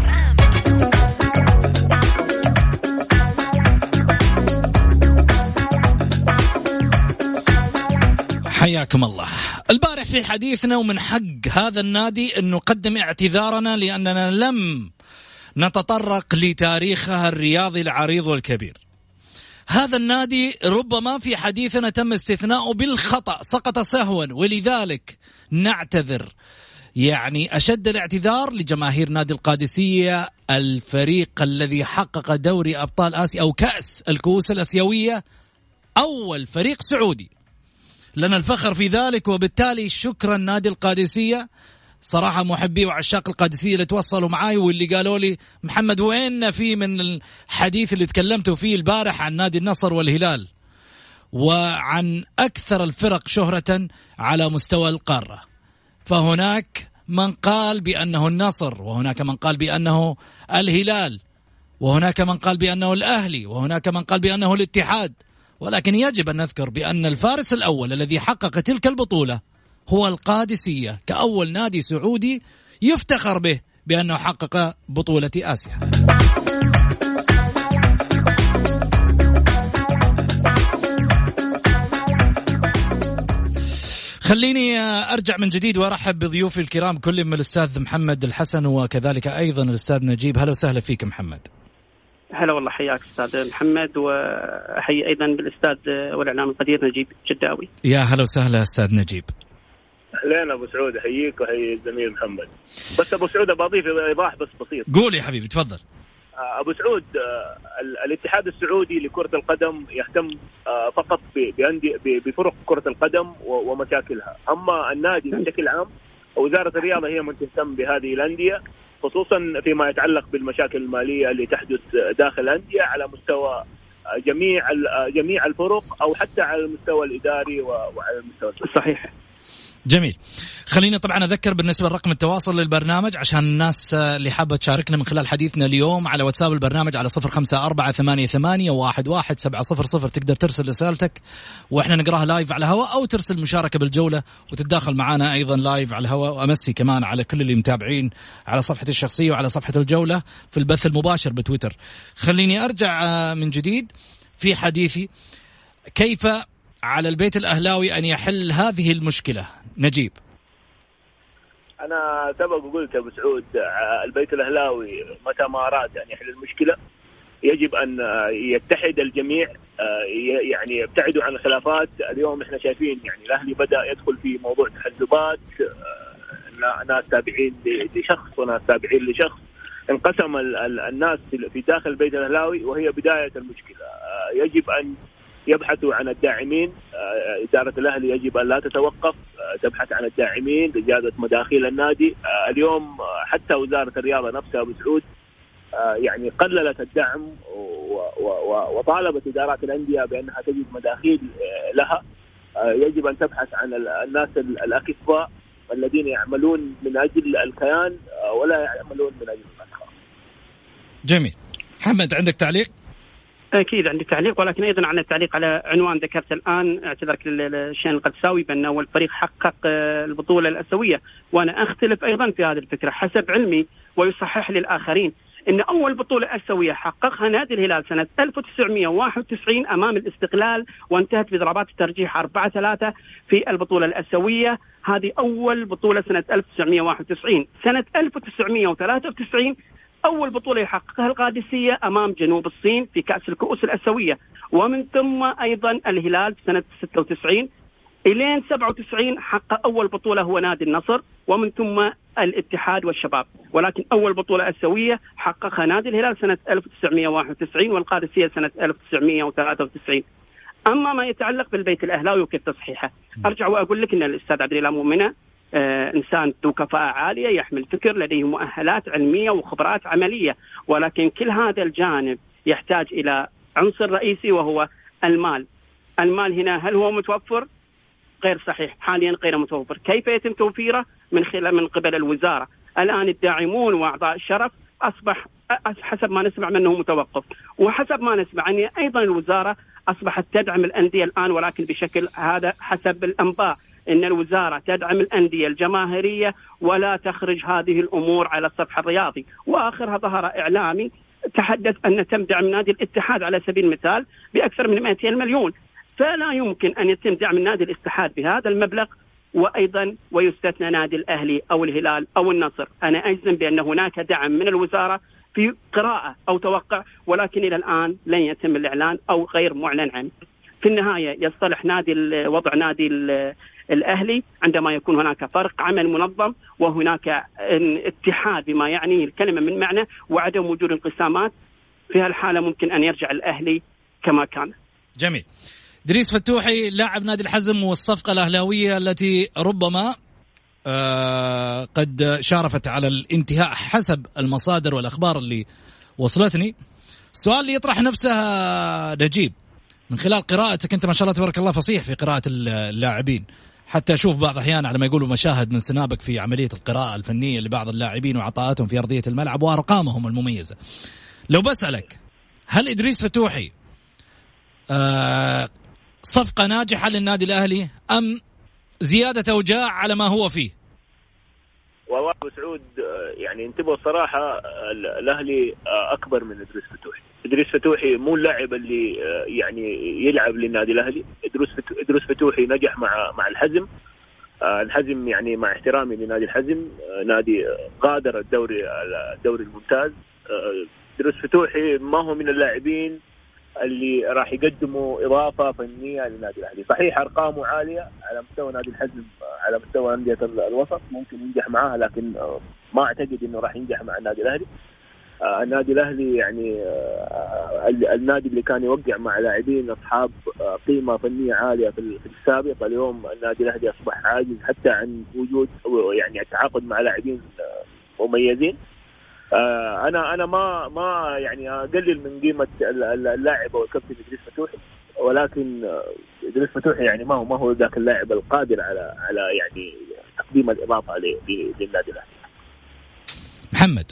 حياكم الله. البارح في حديثنا ومن حق هذا النادي أن نقدم اعتذارنا لأننا لم نتطرق لتاريخها الرياضي العريض والكبير. هذا النادي ربما في حديثنا تم استثناؤه بالخطأ، سقط سهوا، ولذلك نعتذر يعني أشد الاعتذار لجماهير نادي القادسية، الفريق الذي حقق دوري أبطال آسيا أو كأس الكؤوس الأسيوية، أول فريق سعودي، لنا الفخر في ذلك. وبالتالي شكرا نادي القادسية. صراحة محبي وعشاق القادسية اللي توصلوا معاي واللي قالوا لي محمد وين في من الحديث اللي تكلمتوا فيه البارح عن نادي النصر والهلال وعن أكثر الفرق شهرة على مستوى القارة. فهناك من قال بأنه النصر، وهناك من قال بأنه الهلال، وهناك من قال بأنه الأهلي، وهناك من قال بأنه الاتحاد. ولكن يجب أن نذكر بأن الفارس الأول الذي حقق تلك البطولة هو القادسية كأول نادي سعودي يفتخر به بأنه حقق بطولة آسيا. خليني أرجع من جديد وأرحب بضيوفي الكرام كل من الأستاذ محمد الحسن وكذلك أيضا الأستاذ نجيب. هلا وسهلا فيك محمد. هلا والله، حياك أستاذ محمد، وحي أيضا بالأستاذ والإعلام القدير نجيب جداوي. يا هلا وسهلا أستاذ نجيب. أهلين أبو سعود، أحييك وحيي الزميل محمد. بس أبو سعود أضيف إيضاح بس بسيط. قول يا حبيبي تفضل. أبو سعود، الاتحاد السعودي لكرة القدم يهتم فقط بفرق كرة القدم ومشاكلها، أما النادي بشكل عام وزارة الرياضة هي من تهتم بهذه الأندية، خصوصا فيما يتعلق بالمشاكل المالية اللي تحدث داخل الأندية على مستوى جميع الفرق أو حتى على المستوى الإداري وعلى المستوى صحيح. جميل. خليني طبعا أذكر بالنسبة لرقم التواصل للبرنامج عشان الناس اللي حابة تشاركنا من خلال حديثنا اليوم على واتساب البرنامج على 0548811700. تقدر ترسل رسالتك وإحنا نقراها لايف على الهواء، أو ترسل مشاركة بالجولة وتتداخل معنا أيضا لايف على الهواء. وأمسي كمان على كل اللي متابعين على صفحتي الشخصية وعلى صفحة الجولة في البث المباشر بتويتر. خليني أرجع من جديد في حديثي. كيف على البيت الأهلاوي أن يحل هذه المشكلة؟ نجيب. أنا سبق وقلت أبو سعود، البيت الأهلاوي متى ما أراد أن يحل المشكلة يجب أن يتحد الجميع، يعني يبتعدوا عن الخلافات. اليوم إحنا شايفين يعني الأهلي بدأ يدخل في موضوع تحزبات، ناس تابعين لشخص وناس تابعين لشخص، انقسم الناس في داخل البيت الأهلاوي، وهي بداية المشكلة. يجب أن يبحثوا عن الداعمين. إدارة الأهلي يجب أن لا تتوقف، تبحث عن الداعمين لزيادة مداخيل النادي. اليوم حتى وزارة الرياضة نفسها أبو سعود يعني قللت الدعم وطالبت إدارات الأندية بأنها تجد مداخيل لها. يجب أن تبحث عن الناس الأكفاء الذين يعملون من أجل الكيان ولا يعملون من أجل الأشخاص. جميل. محمد عندك تعليق؟ أكيد عندي تعليق، ولكن أيضا عن التعليق على عنوان ذكرت الآن. اعتذرك للشين القدساوي بأنه الفريق حقق البطولة الآسيوية، وأنا أختلف أيضا في هذه الفكرة. حسب علمي ويصحح للآخرين إن أول بطولة آسيوية حققها نادي الهلال سنة 1991 أمام الاستقلال، وانتهت بضربات الترجيح 4-3 في البطولة الآسيوية. هذه أول بطولة سنة 1991. سنة 1993 أول بطولة يحققها القادسية أمام جنوب الصين في كأس الكؤوس الآسيوية، ومن ثم أيضا الهلال في سنة 96 إلين 97 حقق أول بطولة هو نادي النصر، ومن ثم الاتحاد والشباب. ولكن أول بطولة آسيوية حققها نادي الهلال سنة 1991 والقادسية سنة 1993. أما ما يتعلق بالبيت الأهلاوي وكيف تصحيحه، أرجع وأقول لك أن الأستاذ عبد الله مؤمنة إنسان ذو كفاءة عالية، يحمل فكر، لديه مؤهلات علمية وخبرات عملية، ولكن كل هذا الجانب يحتاج إلى عنصر رئيسي وهو المال. المال هنا هل هو متوفر؟ غير صحيح، حاليا غير متوفر. كيف يتم توفيره؟ من قبل الوزارة. الآن الداعمون وأعضاء الشرف أصبح حسب ما نسمع منه متوقف، وحسب ما نسمع أن أيضا الوزارة أصبحت تدعم الأندية الآن، ولكن بشكل هذا حسب الأنباء إن الوزارة تدعم الأندية الجماهيرية ولا تخرج هذه الأمور على السطح الرياضي. وآخرها ظهر إعلامي تحدث أن تم دعم نادي الاتحاد على سبيل المثال بأكثر من 200 مليون، فلا يمكن أن يتم دعم نادي الاتحاد بهذا المبلغ وأيضا ويستثنى نادي الأهلي أو الهلال أو النصر. أنا أجزم بأن هناك دعم من الوزارة في قراءة أو توقع، ولكن إلى الآن لن يتم الإعلان أو غير معلن عنه. في النهاية يصطلح وضع نادي الأهلي عندما يكون هناك فرق عمل منظم وهناك اتحاد بما يعني الكلمة من معنى، وعدم وجود انقسامات. في هالحالة ممكن أن يرجع الأهلي كما كان. جميل. إدريس فتوحي لاعب نادي الحزم والصفقة الأهلاوية التي ربما قد شارفت على الانتهاء حسب المصادر والأخبار اللي وصلتني. السؤال اللي يطرح نفسه نجيب من خلال قراءتك، أنت ما شاء الله تبارك الله فصيح في قراءة اللاعبين، حتى أشوف بعض أحيان على ما يقولوا مشاهد من سنابك في عملية القراءة الفنية لبعض اللاعبين وعطاءاتهم في أرضية الملعب وأرقامهم المميزة. لو بسألك هل إدريس فتوحي صفقة ناجحة للنادي الأهلي أم زيادة أوجاع على ما هو فيه؟ والله أبو سعود يعني انتبهوا الصراحة، الأهلي أكبر من إدريس فتوحي. إدريس فتوحي مو اللاعب اللي يعني يلعب للنادي الأهلي. إدريس فتوحي نجح مع الحزم. الحزم يعني مع احترامي لنادي الحزم نادي غادر الدوري الممتاز. إدريس فتوحي ما هو من اللاعبين اللي راح يقدموا إضافة فنية للنادي الأهلي. صحيح أرقامه عالية على مستوى نادي الحزم، على مستوى أندية الوسط ممكن ينجح معها، لكن ما أعتقد إنه راح ينجح مع النادي الأهلي. النادي الأهلي يعني النادي اللي كان يوقع مع لاعبين أصحاب قيمة فنية عالية في السابق، اليوم النادي الأهلي أصبح عاجز حتى عن وجود يعني التعاقد مع لاعبين مميزين. انا ما يعني اقلل من قيمه اللاعب او الكابتن إدريس فتوحي، ولكن إدريس فتوحي يعني ما هو ذاك اللاعب القادر على يعني تقديم الاضافه للنادي الاهلي. محمد،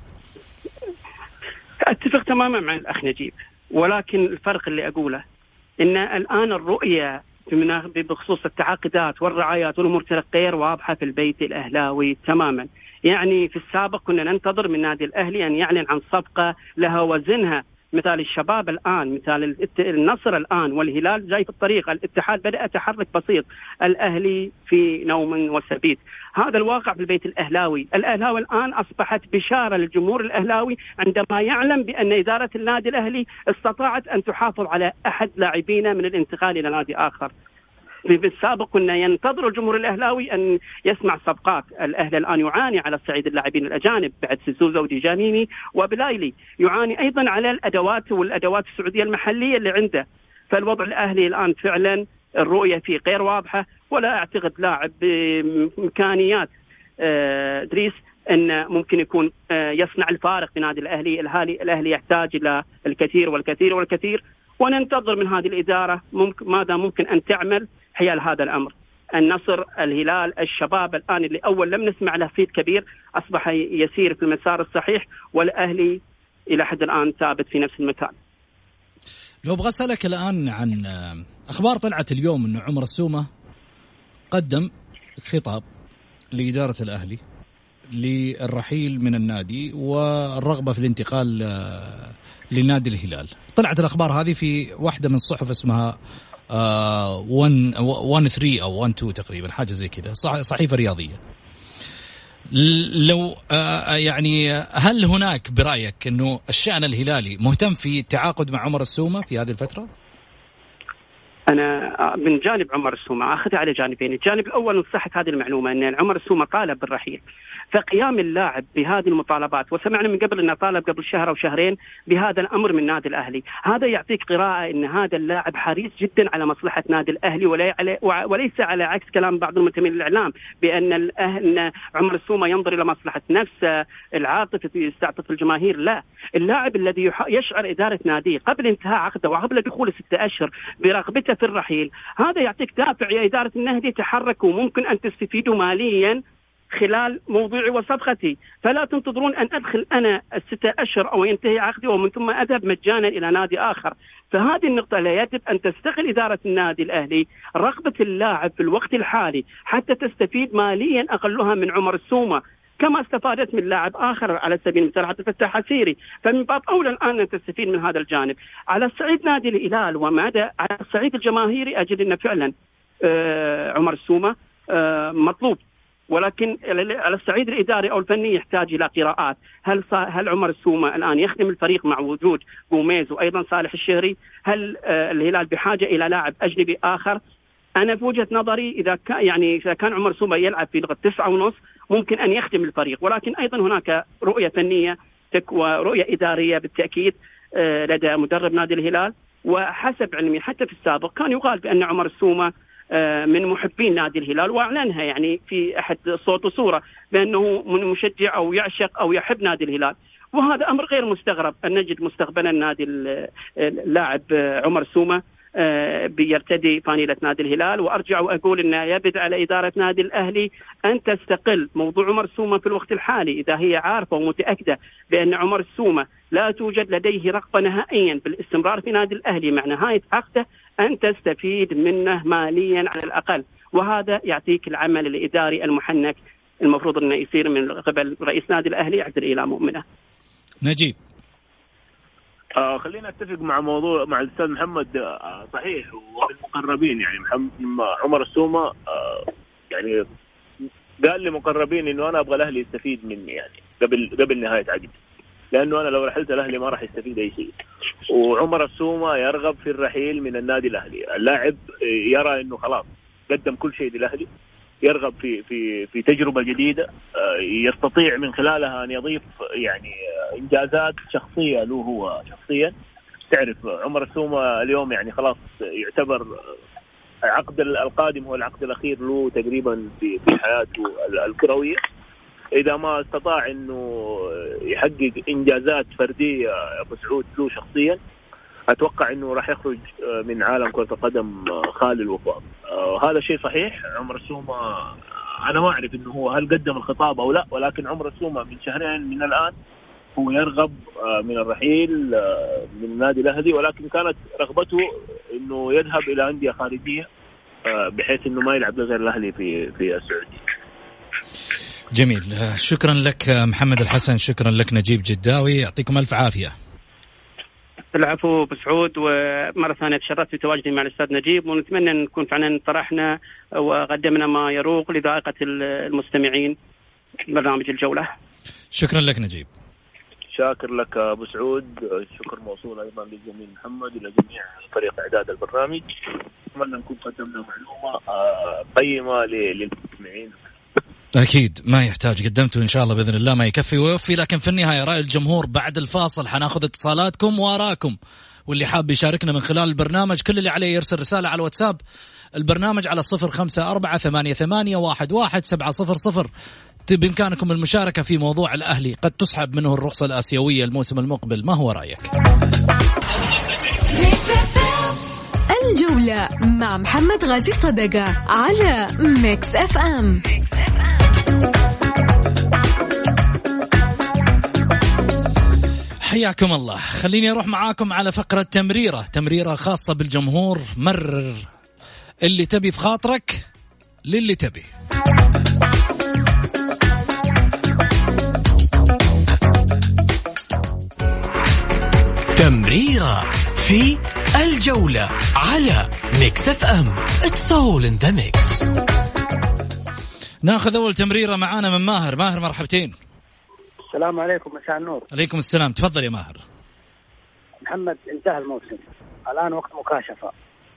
اتفق تماما مع الاخ نجيب، ولكن الفرق اللي اقوله ان الان الرؤيه بخصوص التعاقدات والرعايات والامور غير واضحه في البيت الاهلاوي تماما. يعني في السابق كنا ننتظر من النادي الاهلي ان يعلن عن صفقه لها وزنها، مثال الشباب الان، مثال النصر الان، والهلال جاي في الطريق، الاتحاد بدأ تحرك بسيط، الاهلي في نوم وسبيت. هذا الواقع في البيت الاهلاوي. الاهلاوي الان اصبحت بشاره للجمهور الاهلاوي عندما يعلم بان اداره النادي الاهلي استطاعت ان تحافظ على احد لاعبينا من الانتقال الى نادي اخر. في السابق كنا ينتظر الجمهور الأهلاوي أن يسمع صفقات. الأهلي الآن يعاني على الصعيد اللاعبين الأجانب بعد سيسوزا وديجانيني وبلايلي، يعاني أيضا على الأدوات والأدوات السعودية المحلية اللي عنده. فالوضع الأهلي الآن فعلا الرؤية فيه غير واضحة، ولا أعتقد لاعب بإمكانيات إدريس أن ممكن يكون يصنع الفارق في نادي الأهلي. الأهلي يحتاج إلى الكثير والكثير والكثير، وننتظر من هذه الإدارة ماذا ممكن أن تعمل حيال هذا الأمر. النصر، الهلال، الشباب الآن اللي أول لم نسمع له صيت كبير أصبح يسير في المسار الصحيح، والأهلي إلى حد الآن ثابت في نفس المكان. لو أبغى أسألك الآن عن أخبار طلعت اليوم أنه عمر السومة قدم خطاب لإدارة الأهلي للرحيل من النادي والرغبة في الانتقال لنادي الهلال. طلعت الأخبار هذه في واحدة من الصحف اسمها 1-3 أو 1-2 تقريبا، حاجة زي كذا، صحيفة رياضية. لو يعني هل هناك برأيك أنه الشأن الهلالي مهتم في التعاقد مع عمر السومة في هذه الفترة؟ أنا من جانب عمر السومة أخذها على جانبين. الجانب الأول صحة هذه المعلومة أن عمر السومة طالب بالرحيل، فقيام اللاعب بهذه المطالبات، وسمعنا من قبل أنه طالب قبل شهر أو شهرين بهذا الأمر من نادي الأهلي، هذا يعطيك قراءة أن هذا اللاعب حريص جدا على مصلحة نادي الأهلي، وليس على عكس كلام بعض المنتمين للإعلام بأن أن عمر السومة ينظر إلى مصلحة نفسه، العاطفة يستعطف الجماهير. لا، اللاعب الذي يشعر إدارة ناديه قبل انتهاء عقده وقبل دخول 6 أشهر برغبته في الرحيل، هذا يعطيك دافع يا إدارة النادي تحركوا، ممكن أن تستفيدوا ماليا خلال موضوعي وصفقتي، فلا تنتظرون أن أدخل أنا 6 أشهر أو ينتهي عقدي ومن ثم أذهب مجانا إلى نادي آخر. فهذه النقطة لا يجب أن تستغل إدارة النادي الأهلي رغبة اللاعب في الوقت الحالي حتى تستفيد ماليا أقلها من عمر السومة كما استفادت من لاعب آخر على سبيل المثال عبد الفتاح السيري. فمن باب أولى الآن أن تستفيد من هذا الجانب. على الصعيد نادي الهلال وماذا على الصعيد الجماهيري أجد أن فعلا عمر السومة مطلوب، ولكن على الصعيد الإداري أو الفني يحتاج إلى قراءات. هل عمر السومة الآن يخدم الفريق مع وجود جوميز وأيضا صالح الشهري؟ هل الهلال بحاجة إلى لاعب أجنبي آخر؟ أنا في وجهة نظري إذا كان عمر السومة يلعب في لغة 9.5 ممكن أن يخدم الفريق، ولكن أيضا هناك رؤية فنية ورؤية إدارية بالتأكيد لدى مدرب نادي الهلال. وحسب علمي حتى في السابق كان يقال بأن عمر السومة من محبين نادي الهلال، وأعلنها يعني في أحد صوت وصورة بأنه من مشجع أو يعشق أو يحب نادي الهلال، وهذا أمر غير مستغرب أن نجد مستقبلا نادي اللاعب عمر السومة بيرتدي فانيلة نادي الهلال. وأرجع وأقول أن يبدأ على إدارة نادي الأهلي أن تستقل موضوع عمر السومة في الوقت الحالي إذا هي عارفة ومتأكدة بأن عمر السومة لا توجد لديه رغبة نهائيا بالاستمرار في نادي الأهلي مع نهاية عقده، أن تستفيد منه ماليا على الأقل، وهذا يعطيك العمل الإداري المحنك المفروض أنه يصير من قبل رئيس نادي الأهلي عبد الإله مؤمنة. نجيب، خلينا اتفق مع الاستاذ محمد، صحيح وبالمقربين يعني عمر السومة يعني قال لي مقربين انه انا ابغى الاهلي يستفيد مني يعني قبل نهايه عقد، لانه انا لو رحلت الاهلي ما راح يستفيد اي شيء. وعمر السومة يرغب في الرحيل من النادي الاهلي، اللاعب يرى انه خلاص قدم كل شيء للاهلي، يرغب في تجربة جديدة يستطيع من خلالها أن يضيف يعني إنجازات شخصية له هو شخصيا. تعرف عمر السومة اليوم يعني خلاص يعتبر عقد القادم هو العقد الأخير له تقريبا في حياته الكروية، إذا ما استطاع إنه يحقق إنجازات فردية أبو سعود له شخصيا، أتوقع إنه راح يخرج من عالم كرة القدم خالي الوفاق. هذا شيء صحيح. عمر السومة أنا ما أعرف إنه هو هل قدم الخطاب أو لا، ولكن عمر السومة من شهرين من الآن هو يرغب من الرحيل من النادي الأهلي، ولكن كانت رغبته إنه يذهب إلى أندية خارجية بحيث إنه ما يلعب غير الأهلي في السعودية. جميل، شكرا لك محمد الحسن، شكرا لك نجيب جداوي، يعطيكم ألف عافية. العفو أبو سعود، ومرة ثانية تشرفت بتواجدي مع الأستاذ نجيب، ونتمنى أن نكون فعلا طرحنا وقدمنا ما يروق لذائقة المستمعين برنامج الجولة. شكرا لك نجيب. شاكر لك أبو سعود، شكر موصول أيضا للزميل محمد ولجميع فريق إعداد البرنامج. أتمنى نكون قدمنا معلومة قيمة للمستمعين. أكيد ما يحتاج، قدمته إن شاء الله بإذن الله ما يكفي ويوفي، لكن في النهاية رأي الجمهور بعد الفاصل حناخذ اتصالاتكم وآراءكم، واللي حاب يشاركنا من خلال البرنامج كل اللي عليه يرسل رسالة على الواتساب البرنامج على 0548811700. بإمكانكم المشاركة في موضوع الأهلي، قد تسحب منه الرخصة الآسيوية الموسم المقبل، ما هو رأيك؟ الجولة مع محمد غازي صدقة على ميكس اف ام. حياكم الله. خليني أروح معاكم على فقرة تمريرة خاصة بالجمهور. مرر اللي تبي في خاطرك للي تبي. تمريرة في الجولة على ميكس اف ام. It's all in the mix. ناخذ أول تمريرة معانا من ماهر. مرحبتين. السلام عليكم، مساء النور. عليكم السلام، تفضل يا ماهر. محمد، انتهى الموسم، الآن وقت مكاشفة.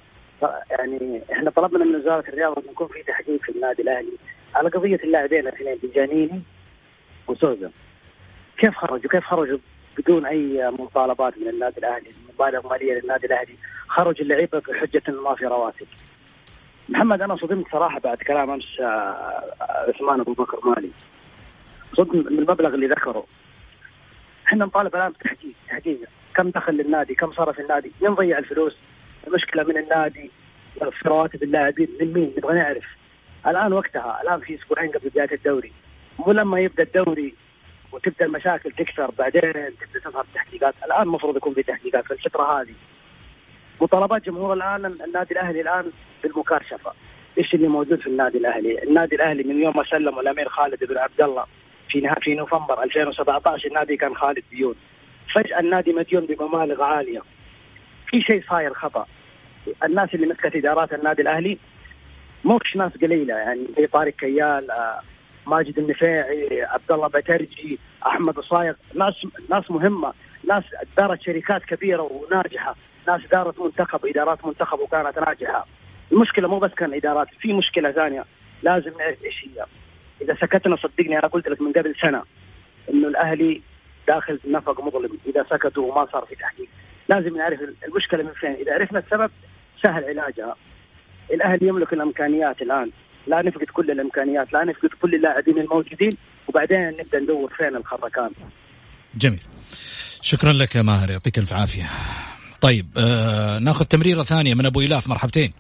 يعني احنا طلبنا من وزارة الرياضة أن يكون في تحقيق في النادي الأهلي على قضية اللاعبين الاثنين بجانيني وسوزا. كيف خرجوا بدون أي مطالبات من النادي الأهلي، مبالغ مالية للنادي الأهلي، خرج اللعيبة بحجة ما في رواتب. محمد، أنا صدمت صراحة بعد كلام أمس عثمان أبو بكر مالي، صدم من المبلغ اللي ذكره. احنا نطالب الآن بتحقيق كم دخل للنادي، كم صرف النادي، مين ضيع الفلوس، المشكلة من النادي في رواتب اللاعبين، من مين نبغى نعرف. الآن وقتها، الآن في أسبوعين قبل بداية الدوري، مو لما يبدأ الدوري وتبدأ المشاكل تكثر بعدين تبدأ تظهر تحقيقات. الآن مفروض يكون في تحقيقات في الفترة هذه. مطالبات جمهور الآن النادي الأهلي الآن بالمكاشفة. إيش اللي موجود في النادي الأهلي؟ النادي الأهلي من يوم ما سلموا الأمير خالد بن عبد الله في نوفمبر 2017 النادي كان خالد ديون. فجأة النادي مديون بمبالغ عالية. في شيء صاير خطأ. الناس اللي مسكت إدارات النادي الأهلي مش ناس قليلة، يعني زي طارق كيال، ماجد النفاعي، عبد الله بترجي، أحمد الصايغ، ناس مهمة، ناس دارت شركات كبيرة وناجحة، ناس دارت إدارات منتخب وكانت ناجحة. المشكلة مو بس كان إدارات، في مشكلة ثانية لازم نعرف إيش هي. إذا سكتنا صدقني أنا قلت لك من قبل سنة إنه الأهلي داخل نفق مظلم. إذا سكتوا وما صار في تحقيق لازم نعرف المشكلة من فين. إذا عرفنا السبب سهل علاجها. الأهلي يملك الإمكانيات الآن، لا نفقد كل الإمكانيات، لا نفقد كل اللاعبين الموجودين، وبعدين نبدأ ندور فين الخركان. جميل، شكرا لك يا ماهر، يعطيك الف عافية. طيب ناخذ تمريرة ثانية من أبو إلاف. مرحبتين.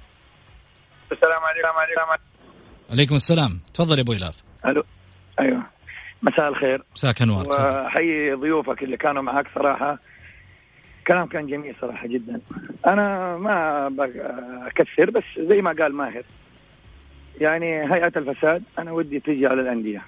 السلام عليكم. عليكم السلام، تفضل يا أبو إلاف. ألو، أيوة، مساء الخير. مساك أنوار. وحي ضيوفك اللي كانوا معك، صراحة كلام كان جميل صراحة جدا. أنا ما أكثر، بس زي ما قال ماهر، يعني هيئة الفساد أنا ودي تجي على الأندية.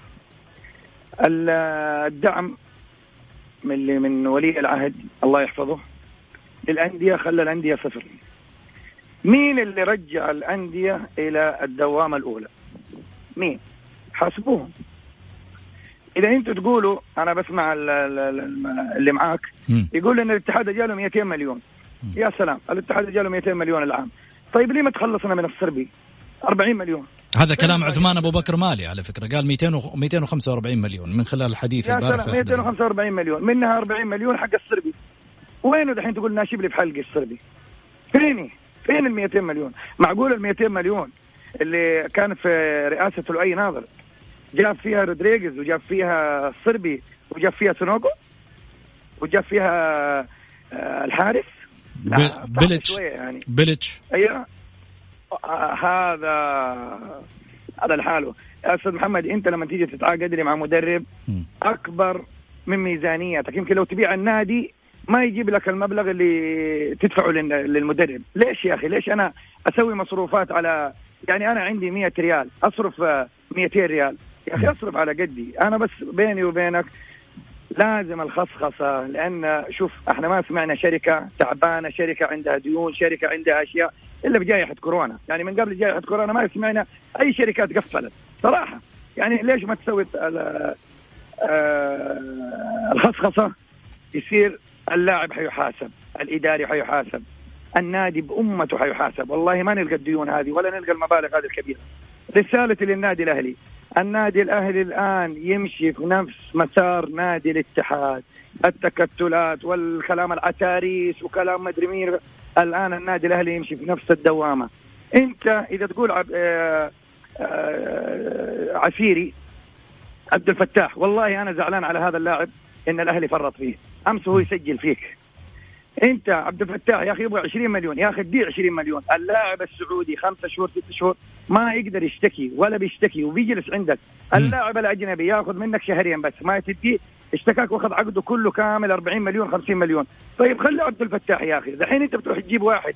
الدعم من ولي العهد الله يحفظه للأندية خلى الأندية صفر. مين اللي رجع الأندية إلى الدوامة الأولى؟ مين؟ حاسبوهم. إذا أنتوا تقولوا، أنا بسمع اللي معاك يقول إن الاتحاد جاله 200 مليون. يا سلام، الاتحاد جاله 200 مليون العام. طيب ليه ما تخلصنا من الصربي 40 مليون؟ هذا كلام عثمان أبو بكر مالي على فكرة، قال 245 مليون من خلال الحديث البارح. 245 مليون، منها 40 مليون حق الصربي. وينه دحين تقول ناشب لي في حلقي الصربي؟ فين ال 200 مليون؟ معقول ال 200 مليون اللي كان في رئاسة لؤي ناظر جاب فيها رودريغيز وجاب فيها الصربي وجاب فيها سونوكو وجاب فيها الحارس بيليتش. ايوه هذا الحاله. يا استاذ محمد انت لما تيجي تتعاقد لي مع مدرب اكبر من ميزانيتك، يمكن لو تبيع النادي ما يجيب لك المبلغ اللي تدفعه للمدرب. ليش يا اخي؟ ليش انا اسوي مصروفات على، يعني انا عندي 100 ريال اصرف 200 ريال يا اخي، اصرف على قدي انا. بس بيني وبينك لازم الخصخصة، لأن شوف احنا ما سمعنا شركة تعبانة، شركة عندها ديون، شركة عندها أشياء إلا بجائحة كورونا. يعني من قبل جائحة كورونا ما سمعنا أي شركات قفلت صراحة. يعني ليش ما تسوي الخصخصة؟ يصير اللاعب حيحاسب، الإداري حيحاسب، النادي بأمته حيحاسب. والله ما نلقى الديون هذه ولا نلقى المبالغ هذه الكبيرة. رسالة للنادي الأهلي، النادي الأهلي الآن يمشي في نفس مسار نادي الاتحاد، التكتلات والكلام العتاريس وكلام مدري مين. الآن النادي الأهلي يمشي في نفس الدوامة. أنت إذا تقول عسيري عبد الفتاح، والله أنا زعلان على هذا اللاعب إن الأهلي فرط فيه. أمس هو يسجل فيك أنت عبد الفتاح يا أخي، يبغى 20 مليون يا أخي، دي 20 مليون. اللاعب السعودي 5 شهور 6 شهور ما يقدر يشتكي ولا بيشتكي وبيجلس عندك. اللاعب الأجنبي يأخذ منك شهرين بس، ما تدي اشتكاك واخذ عقده كله كامل 40 مليون 50 مليون. طيب خلي عبد الفتاح يا أخي، الحين أنت بتروح تجيب واحد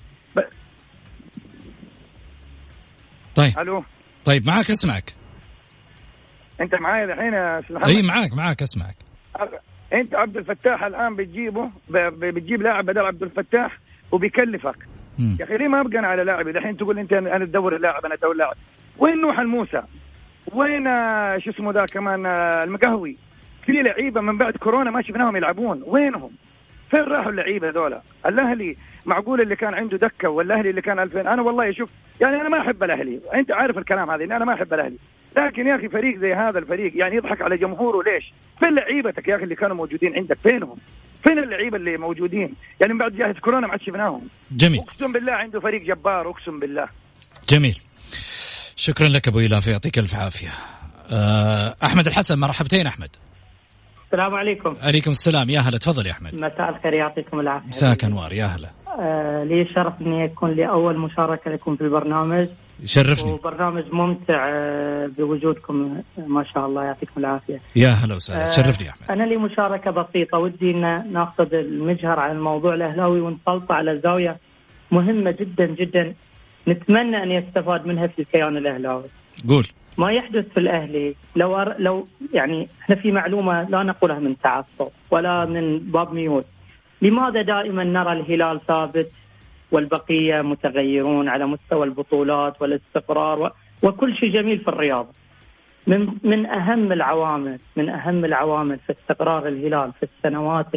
طيب ألو طيب معاك أسمعك. أنت معايا الحين يا أستاذ محمد؟ أي معاك أسمعك. أنت عبد الفتاح الآن بتجيب لاعب بدل عبد الفتاح وبيكلفك. يا أخي ليه ما أبقى على لاعب؟ الحين تقول أنت أنا أدور اللاعب، أنا أدور لاعب. وين نوح الموسى؟ وين شو اسمه ذا كمان المقهوي؟ في لعيبة من بعد كورونا ما شفناهم يلعبون، وينهم؟ فين راحوا اللعيبة ذولا؟ الأهلي معقول اللي كان عنده دكة والأهلي اللي كان 2000؟ أنا والله شوف يعني أنا ما أحب الأهلي، أنت عارف الكلام هذا، أنا ما أحب الأهلي، لكن يا أخي فريق زي هذا الفريق يعني يضحك على جمهوره ليش؟ فين لعيبتك يا أخي اللي كانوا موجودين عندك؟ فينهم؟ فين اللعيبة اللي موجودين؟ يعني من بعد جائحة كورونا ما عاد شفناهم. جميل. أقسم بالله عنده فريق جبار، أقسم بالله. جميل، شكرا لك أبو إلاف، يعطيك ألف عافية. أحمد الحسن، مرحبتين أحمد. السلام عليكم. عليكم السلام، يا هلا، تفضل يا أحمد. مساء الخير، يعطيكم العافية. مساك أنوار، يا هلا. لي الشرف أني يكون لي أول مشاركة لكم في البرنامج. يشرفني. وبرنامج ممتع بوجودكم ما شاء الله، يعطيكم العافية. يا هلا وسهلا، تشرفني يا أحمد. أنا لي مشاركة بسيطة، ودي أن نأخذ المجهر على الموضوع الأهلاوي ونسلطه على زاوية مهمة جدا جدا نتمنى أن يستفاد منها في الكيان الأهلاوي. قول. ما يحدث في الأهلي لو يعني احنا في معلومة لا نقولها من تعصب ولا من باب ميول، لماذا دائما نرى الهلال ثابت والبقية متغيرون على مستوى البطولات والاستقرار وكل شيء جميل في الرياضة؟ من أهم العوامل في استقرار الهلال في السنوات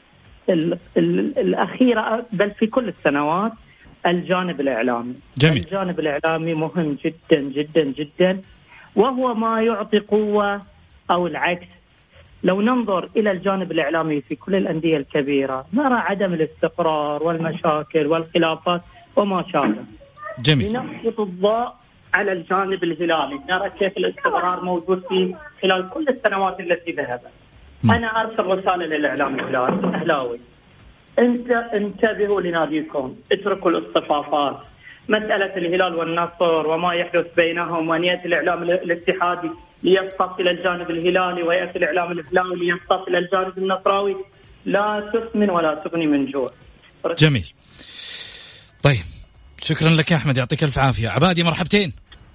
الأخيرة، بل في كل السنوات، الجانب الإعلامي. جميل. الجانب الإعلامي مهم جدا جدا جدا، وهو ما يعطي قوة أو العكس. لو ننظر إلى الجانب الإعلامي في كل الأندية الكبيرة نرى عدم الاستقرار والمشاكل والخلافات وما شابه. جميل. لنسلط الضوء على الجانب الهلالي، نرى كيف الاستقرار موجود فيه خلال كل السنوات التي ذهبت. أنا أرسل رسالة للإعلام الأهلاوي، انتبهوا لناديكم، اتركوا الاصطفافات. مسألة الهلال والنصر وما يحدث بينهم، وأن يأتي الإعلام الاتحادي ليصطف إلى الجانب الهلالي ويأتي الإعلام الإسلامي ليصطف إلى الجانب النصراوي، لا تثمن ولا تغني من جوع. جميل. طيب شكرا لك يا أحمد، يعطيك ألف عافية. عبادي، مرحبتين.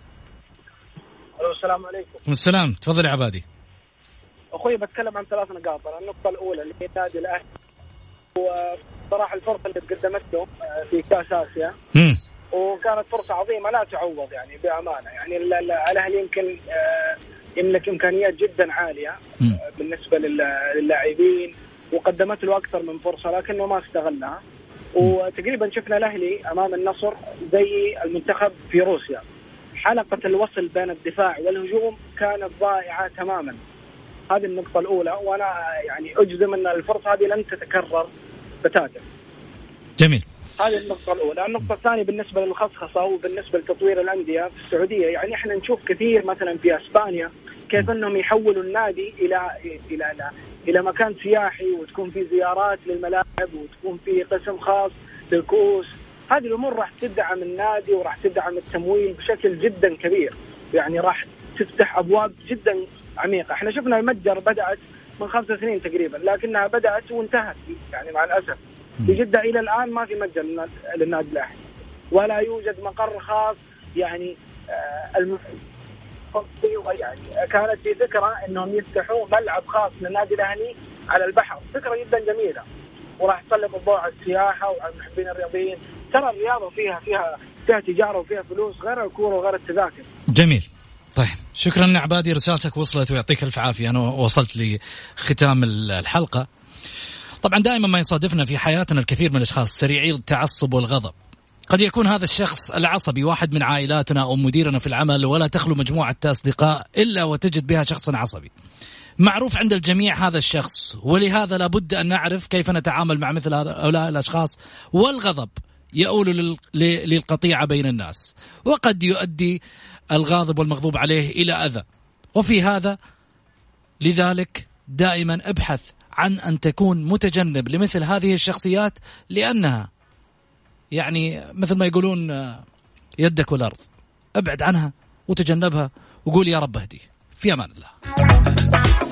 السلام عليكم. السلام، تفضل يا عبادي. أخوي بتكلم عن 3 نقاط. النقطة الأولى اللي هي نادي الأهلي، وصراحة الفرصة اللي تقدمت له في كأس آسيا وكانت فرصة عظيمة لا تعوض يعني بأمانة. يعني الأهلي يمكن يملك إمكانيات جدا عالية بالنسبة للاعبين، وقدمت له أكثر من فرصة لكنه ما استغلها. وتقريبا شفنا الأهلي أمام النصر زي المنتخب في روسيا، حلقة الوصل بين الدفاع والهجوم كانت ضائعة تماما. هذه النقطة الأولى، وأنا يعني أجزم أن الفرصة هذه لن تتكرر بتاتا. جميل. هذه النقطة الأولى. النقطة الثانية بالنسبة للخصخصة وبالنسبة لتطوير الأندية في السعودية، يعني إحنا نشوف كثير مثلا في إسبانيا كيف أنهم يحولوا النادي إلى مكان سياحي، وتكون في زيارات للملاعب، وتكون في قسم خاص للكؤوس. هذه الأمور راح تدعم النادي وراح تدعم التمويل بشكل جدا كبير، يعني راح تفتح أبواب جدا عميقة. احنا شفنا المتجر بدأت من 5 سنين تقريبا، لكنها بدأت وانتهت يعني مع الأسف. في جدة إلى الآن ما في متجر للنادي الأهلي، ولا يوجد مقر خاص. يعني يعني كانت في فكرة إنهم يفتحوا ملعب خاص للنادي الأهلي على البحر، فكرة جدا جميلة، وراح تسلط الضوء على السياحة وعلى المحبين الرياضيين. ترى الرياضة فيها تجارة وفيها فلوس غير الكورة وغير التذاكر. جميل. طيب شكرا عبادي، رسالتك وصلت ويعطيك الف عافية. أنا وصلت لختام الحلقة. طبعا دائما ما يصادفنا في حياتنا الكثير من الأشخاص سريعي التعصب والغضب. قد يكون هذا الشخص العصبي واحد من عائلاتنا أو مديرنا في العمل، ولا تخلو مجموعة أصدقاء إلا وتجد بها شخص عصبي معروف عند الجميع هذا الشخص، ولهذا لابد أن نعرف كيف نتعامل مع مثل هؤلاء الأشخاص. والغضب يؤول للقطيعة بين الناس، وقد يؤدي الغاضب والمغضوب عليه إلى أذى. وفي هذا لذلك دائما ابحث عن أن تكون متجنب لمثل هذه الشخصيات، لأنها يعني مثل ما يقولون يدك والأرض. ابعد عنها وتجنبها وقول يا رب اهدي. في أمان الله.